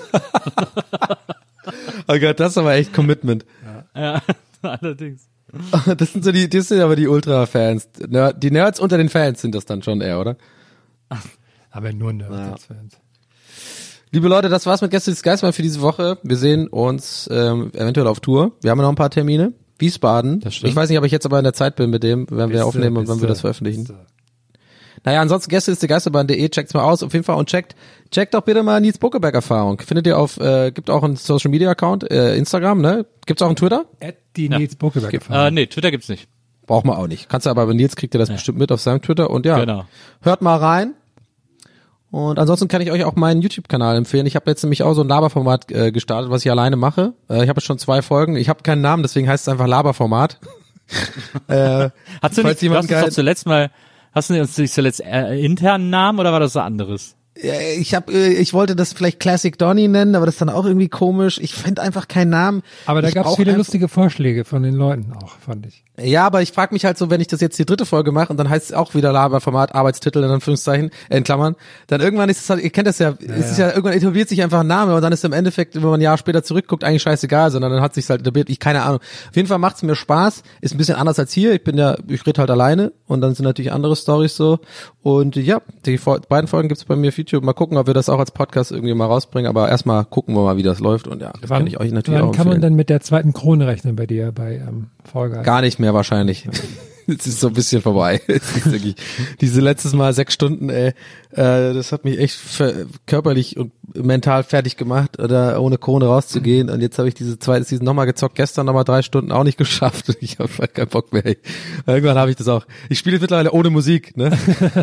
Oh Gott, das ist aber echt Commitment. Ja, allerdings. Das sind so die, das sind aber die Ultra-Fans. Die Nerds unter den Fans sind das dann schon eher, oder? Aber nur Nerds-Fans. Ja. Liebe Leute, das war's mit Gäste des Geistmann für diese Woche. Wir sehen uns ähm, eventuell auf Tour. Wir haben noch ein paar Termine. Wiesbaden. Ich weiß nicht, ob ich jetzt aber in der Zeit bin mit dem, wenn wir aufnehmen und wenn wir das veröffentlichen. Biste. Naja, ansonsten Gästeliste Geisterbahn punkt de, checkt's mal aus, auf jeden Fall und checkt, checkt doch bitte mal Nils Buckelberg-Erfahrung. Findet ihr auf, äh, gibt auch einen Social Media Account, äh, Instagram, ne? Gibt's auch einen Twitter? At die ja. Nils Buckelberg-Erfahrung. Äh, nee, Twitter gibt's nicht. Braucht man auch nicht. Kannst du aber, bei Nils kriegt ihr das ja. bestimmt mit auf seinem Twitter und ja, genau. Hört mal rein. Und ansonsten kann ich euch auch meinen YouTube-Kanal empfehlen. Ich habe jetzt nämlich auch so ein Laberformat äh, gestartet, was ich alleine mache. Äh, ich habe schon zwei Folgen. Ich habe keinen Namen, deswegen heißt es einfach Laberformat. äh, Hast du nicht, du hast doch zuletzt mal, hast du uns nicht zuletzt äh, internen Namen oder war das so anderes? Ich hab, ich wollte das vielleicht Classic Donny nennen, aber das ist dann auch irgendwie komisch. Ich finde einfach keinen Namen. Aber da ich gab es viele lustige Vorschläge von den Leuten auch, fand ich. Ja, aber ich frage mich halt so, wenn ich das jetzt die dritte Folge mache und dann heißt es auch wieder Laberformat, Arbeitstitel in Anführungszeichen, in Klammern, dann irgendwann ist es halt, ihr kennt das ja, ja es ist ja, ja irgendwann etabliert sich einfach ein Name und dann ist im Endeffekt, wenn man ein Jahr später zurückguckt, eigentlich scheißegal, sondern dann hat sich's halt etabliert, ich keine Ahnung. Auf jeden Fall macht's mir Spaß, ist ein bisschen anders als hier, ich bin ja, ich rede halt alleine und dann sind natürlich andere Storys so und ja, die beiden Folgen gibt's bei mir auf YouTube, mal gucken, ob wir das auch als Podcast irgendwie mal rausbringen, aber erstmal gucken wir mal, wie das läuft und ja, das wann, kann ich euch natürlich wann auch kann man dann mit der zweiten Krone rechnen bei dir, bei ähm, Folge? Gar nicht mehr wahrscheinlich. Es ist so ein bisschen vorbei. Es ist wirklich, diese letztes Mal sechs Stunden, ey, äh, das hat mich echt körperlich und mental fertig gemacht, oder ohne Krone rauszugehen. Und jetzt habe ich diese zweite Season nochmal gezockt, gestern nochmal drei Stunden auch nicht geschafft. Ich habe halt keinen Bock mehr. Ey. Irgendwann habe ich das auch. Ich spiele mittlerweile ohne Musik, ne?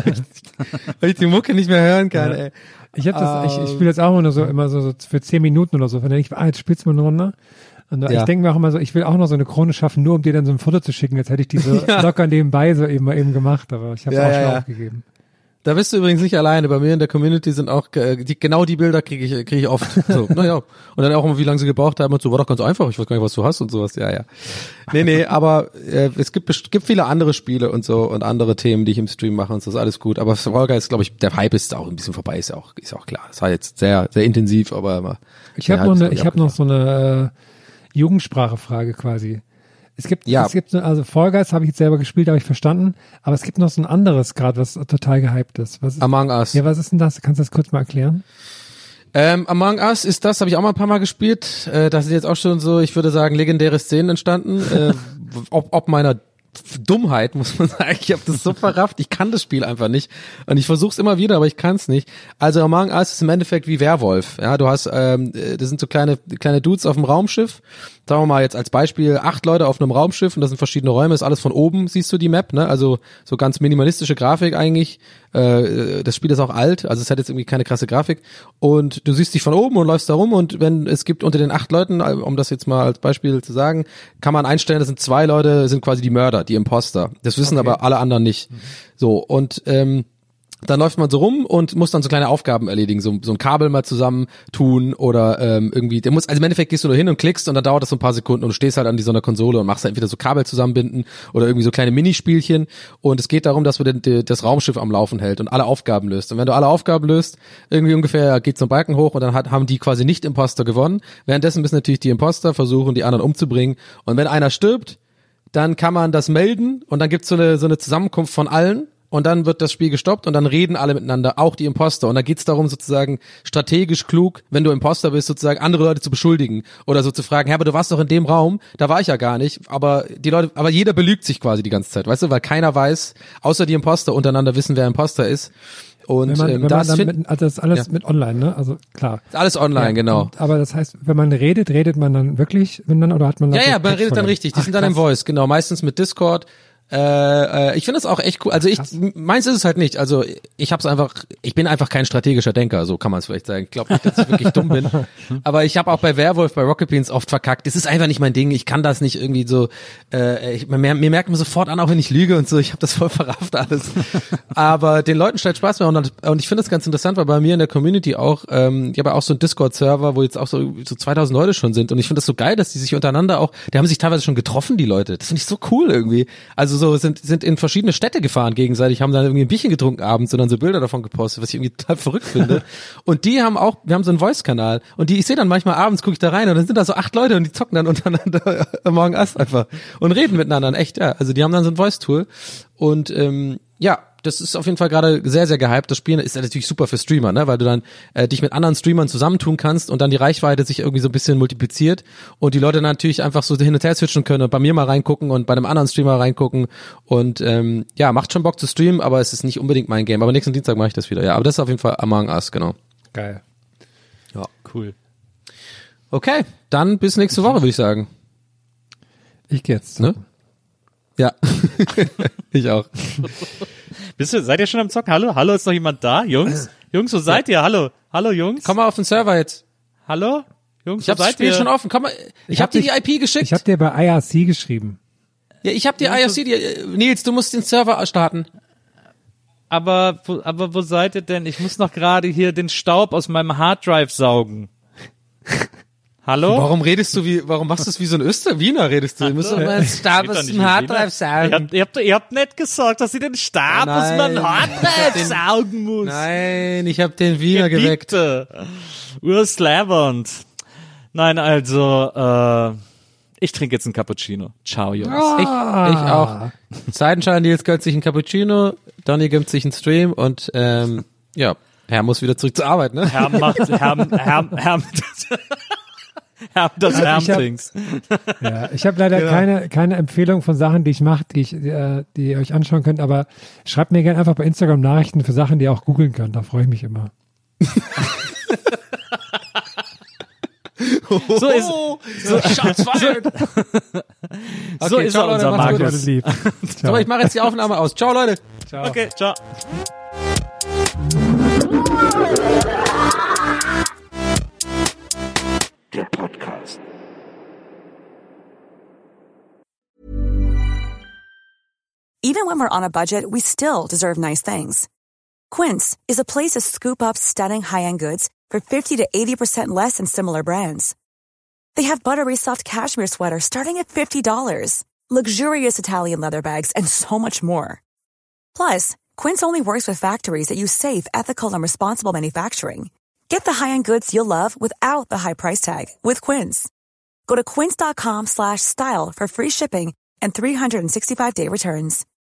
Weil ich die Mucke nicht mehr hören kann, ja. ey. Ich habe das, ich, ich spiele jetzt auch immer nur so, immer so, so für zehn Minuten oder so. Wenn ich, ah, jetzt spielst du mal eine Runde. Und ja. ich denke mir auch immer so, ich will auch noch so eine Krone schaffen, nur um dir dann so ein Foto zu schicken. Jetzt hätte ich diese ja. locker nebenbei so eben mal eben gemacht, aber ich habe es ja, auch schon ja. aufgegeben. Da bist du übrigens nicht alleine. Bei mir in der Community sind auch äh, die, genau die Bilder kriege ich kriege ich oft. So, naja. Und dann auch immer, wie lange sie gebraucht haben und so, war doch ganz einfach. Ich weiß gar nicht, was du hast und sowas. Ja, ja. Nee, nee, aber äh, es gibt es gibt viele andere Spiele und so und andere Themen, die ich im Stream mache und so, ist alles gut. Aber Fall Guys, glaube ich, der Hype ist auch ein bisschen vorbei, ist ja auch ist auch klar. Es war jetzt sehr sehr intensiv, aber immer, ich habe noch eine, ich habe noch so eine äh, Jugendsprache-Frage quasi. Es gibt, ja. es gibt so, also Fall Guys habe ich jetzt selber gespielt, habe ich verstanden, aber es gibt noch so ein anderes gerade, was total gehypt ist. Was ist. Among Us. Ja, was ist denn das? Kannst du das kurz mal erklären? Ähm, Among Us ist das, habe ich auch mal ein paar Mal gespielt. Äh, da sind jetzt auch schon so, ich würde sagen, legendäre Szenen entstanden. äh, ob, ob meiner Dummheit, muss man sagen. Ich habe das so verrafft, ich kann das Spiel einfach nicht. Und ich versuche es immer wieder, aber ich kann es nicht. Also Among Us ist im Endeffekt wie Werwolf. Ja, du hast, ähm, das sind so kleine kleine Dudes auf dem Raumschiff. Sagen wir mal jetzt als Beispiel acht Leute auf einem Raumschiff und das sind verschiedene Räume, ist alles von oben, siehst du die Map, ne? Also so ganz minimalistische Grafik eigentlich. Äh, das Spiel ist auch alt, also es hat jetzt irgendwie keine krasse Grafik. Und du siehst dich von oben und läufst da rum und wenn es gibt unter den acht Leuten, um das jetzt mal als Beispiel zu sagen, kann man einstellen, das sind zwei Leute, sind quasi die Mörder, die Imposter. Das wissen okay. aber alle anderen nicht. Mhm. So, und ähm, dann läuft man so rum und muss dann so kleine Aufgaben erledigen, so, so ein Kabel mal zusammen tun oder ähm, irgendwie, der muss, also im Endeffekt gehst du nur hin und klickst und dann dauert das so ein paar Sekunden und du stehst halt an so einer Konsole und machst halt entweder so Kabel zusammenbinden oder irgendwie so kleine Minispielchen und es geht darum, dass man den, den, das Raumschiff am Laufen hält und alle Aufgaben löst. Und wenn du alle Aufgaben löst, irgendwie ungefähr geht so ein Balken hoch und dann hat, haben die quasi nicht Imposter gewonnen. Währenddessen müssen natürlich die Imposter versuchen, die anderen umzubringen. Und wenn einer stirbt, dann kann man das melden und dann gibt's so eine, so eine Zusammenkunft von allen. Und dann wird das Spiel gestoppt und dann reden alle miteinander, auch die Imposter. Und da geht's darum, sozusagen strategisch klug, wenn du Imposter bist, sozusagen andere Leute zu beschuldigen oder so zu fragen, ja, aber du warst doch in dem Raum, da war ich ja gar nicht. Aber die Leute, aber jeder belügt sich quasi die ganze Zeit, weißt du, weil keiner weiß, außer die Imposter untereinander wissen, wer Imposter ist. Und wenn man, ähm, wenn das, man dann find, mit, also das ist alles ja. mit online, ne? Also klar. Alles online, ja, genau. Und, aber das heißt, wenn man redet, redet man dann wirklich miteinander oder hat man dann Ja, so ja, man redet dann richtig. Die Ach, sind dann im Voice, genau. Meistens mit Discord. Äh, äh, ich finde das auch echt cool. Also ich, meins ist es halt nicht. Also ich hab's einfach, ich bin einfach kein strategischer Denker, so kann man es vielleicht sagen. Ich glaube nicht, dass ich wirklich dumm bin. Aber ich habe auch bei Werwolf, bei Rocket Beans oft verkackt. Das ist einfach nicht mein Ding. Ich kann das nicht irgendwie so. Äh, ich, mir, mir merkt man sofort an, auch wenn ich lüge und so. Ich habe das voll verrafft alles. Aber den Leuten stellt Spaß mehr und, und ich finde das ganz interessant, weil bei mir in der Community auch, ähm, ich habe auch so einen Discord-Server, wo jetzt auch so, so zweitausend Leute schon sind und ich finde das so geil, dass die sich untereinander auch, die haben sich teilweise schon getroffen, die Leute. Das finde ich so cool irgendwie. Also so sind sind in verschiedene Städte gefahren gegenseitig, haben dann irgendwie ein Bierchen getrunken abends und dann so Bilder davon gepostet, was ich irgendwie total verrückt finde. Und die haben auch, wir haben so einen Voice-Kanal und die, ich sehe dann manchmal abends, gucke ich da rein und dann sind da so acht Leute und die zocken dann untereinander Among Us einfach und reden miteinander, echt, ja. Also die haben dann so ein Voice-Tool und ähm, ja, das ist auf jeden Fall gerade sehr, sehr gehypt. Das Spiel ist ja natürlich super für Streamer, ne, weil du dann äh, dich mit anderen Streamern zusammentun kannst und dann die Reichweite sich irgendwie so ein bisschen multipliziert und die Leute natürlich einfach so hin und her switchen können und bei mir mal reingucken und bei einem anderen Streamer reingucken und ähm, ja, macht schon Bock zu streamen, aber es ist nicht unbedingt mein Game. Aber nächsten Dienstag mache ich das wieder. Ja, aber das ist auf jeden Fall Among Us, genau. Geil. Ja, cool. Okay, dann bis nächste Woche, würde ich sagen. Ich geh jetzt. Ne? Ja, ich auch. Bist du, seid ihr schon am Zocken? Hallo? Hallo, ist noch jemand da? Jungs? Jungs, wo seid ihr? Hallo? Hallo, Jungs? Komm mal auf den Server jetzt. Hallo? Jungs, ich hab wo das seid Spiel ihr? schon offen. Komm mal, ich, ich hab dir die I P geschickt. Ich hab dir bei I R C geschrieben. Ja, ich hab dir I R C, die, Nils, du musst den Server starten. Aber, wo, aber wo seid ihr denn? Ich muss noch gerade hier den Staub aus meinem Harddrive saugen. Hallo? Warum redest du wie, warum machst du es wie so ein Öster Wiener redest du? Du musst doch mal einen Stab aus dem Harddrive saugen. Ihr habt, ihr, habt, ihr habt nicht gesagt, dass ich den Stab aus meinem Harddrive saugen muss. Nein, ich hab den Wiener ja, geweckt. Bitte. Urslavernd. Nein, also, äh, ich trinke jetzt einen Cappuccino. Ciao, Jungs. Oh. Ich, ich auch. Seidenschein, Nils gönnt sich einen Cappuccino, Donny gönnt sich einen Stream und, ähm, ja, Herr muss wieder zurück zur Arbeit, ne? Herr macht, Herr, Herr, Herr, Herr, das Also Herr ich hab- trinks. Ja, ich habe leider Genau. keine keine Empfehlung von Sachen, die ich mache, die ich, äh, die ihr euch anschauen könnt, aber schreibt mir gerne einfach bei Instagram Nachrichten für Sachen, die ihr auch googeln könnt. Da freue ich mich immer. So ist, so, Shots fired. so ist er, unser macht's gut. Markus. Alles lieb. So, ich mache jetzt die Aufnahme aus. Ciao, Leute. Ciao. Okay, ciao. Der Podcast. Even when we're on a budget, we still deserve nice things. Quince is a place to scoop up stunning high-end goods for fifty to eighty percent less than similar brands. They have buttery soft cashmere sweaters starting at fifty dollars, luxurious Italian leather bags, and so much more. Plus, Quince only works with factories that use safe, ethical, and responsible manufacturing. Get the high-end goods you'll love without the high price tag with Quince. Go to quince.com slash style for free shipping and three sixty-five day returns.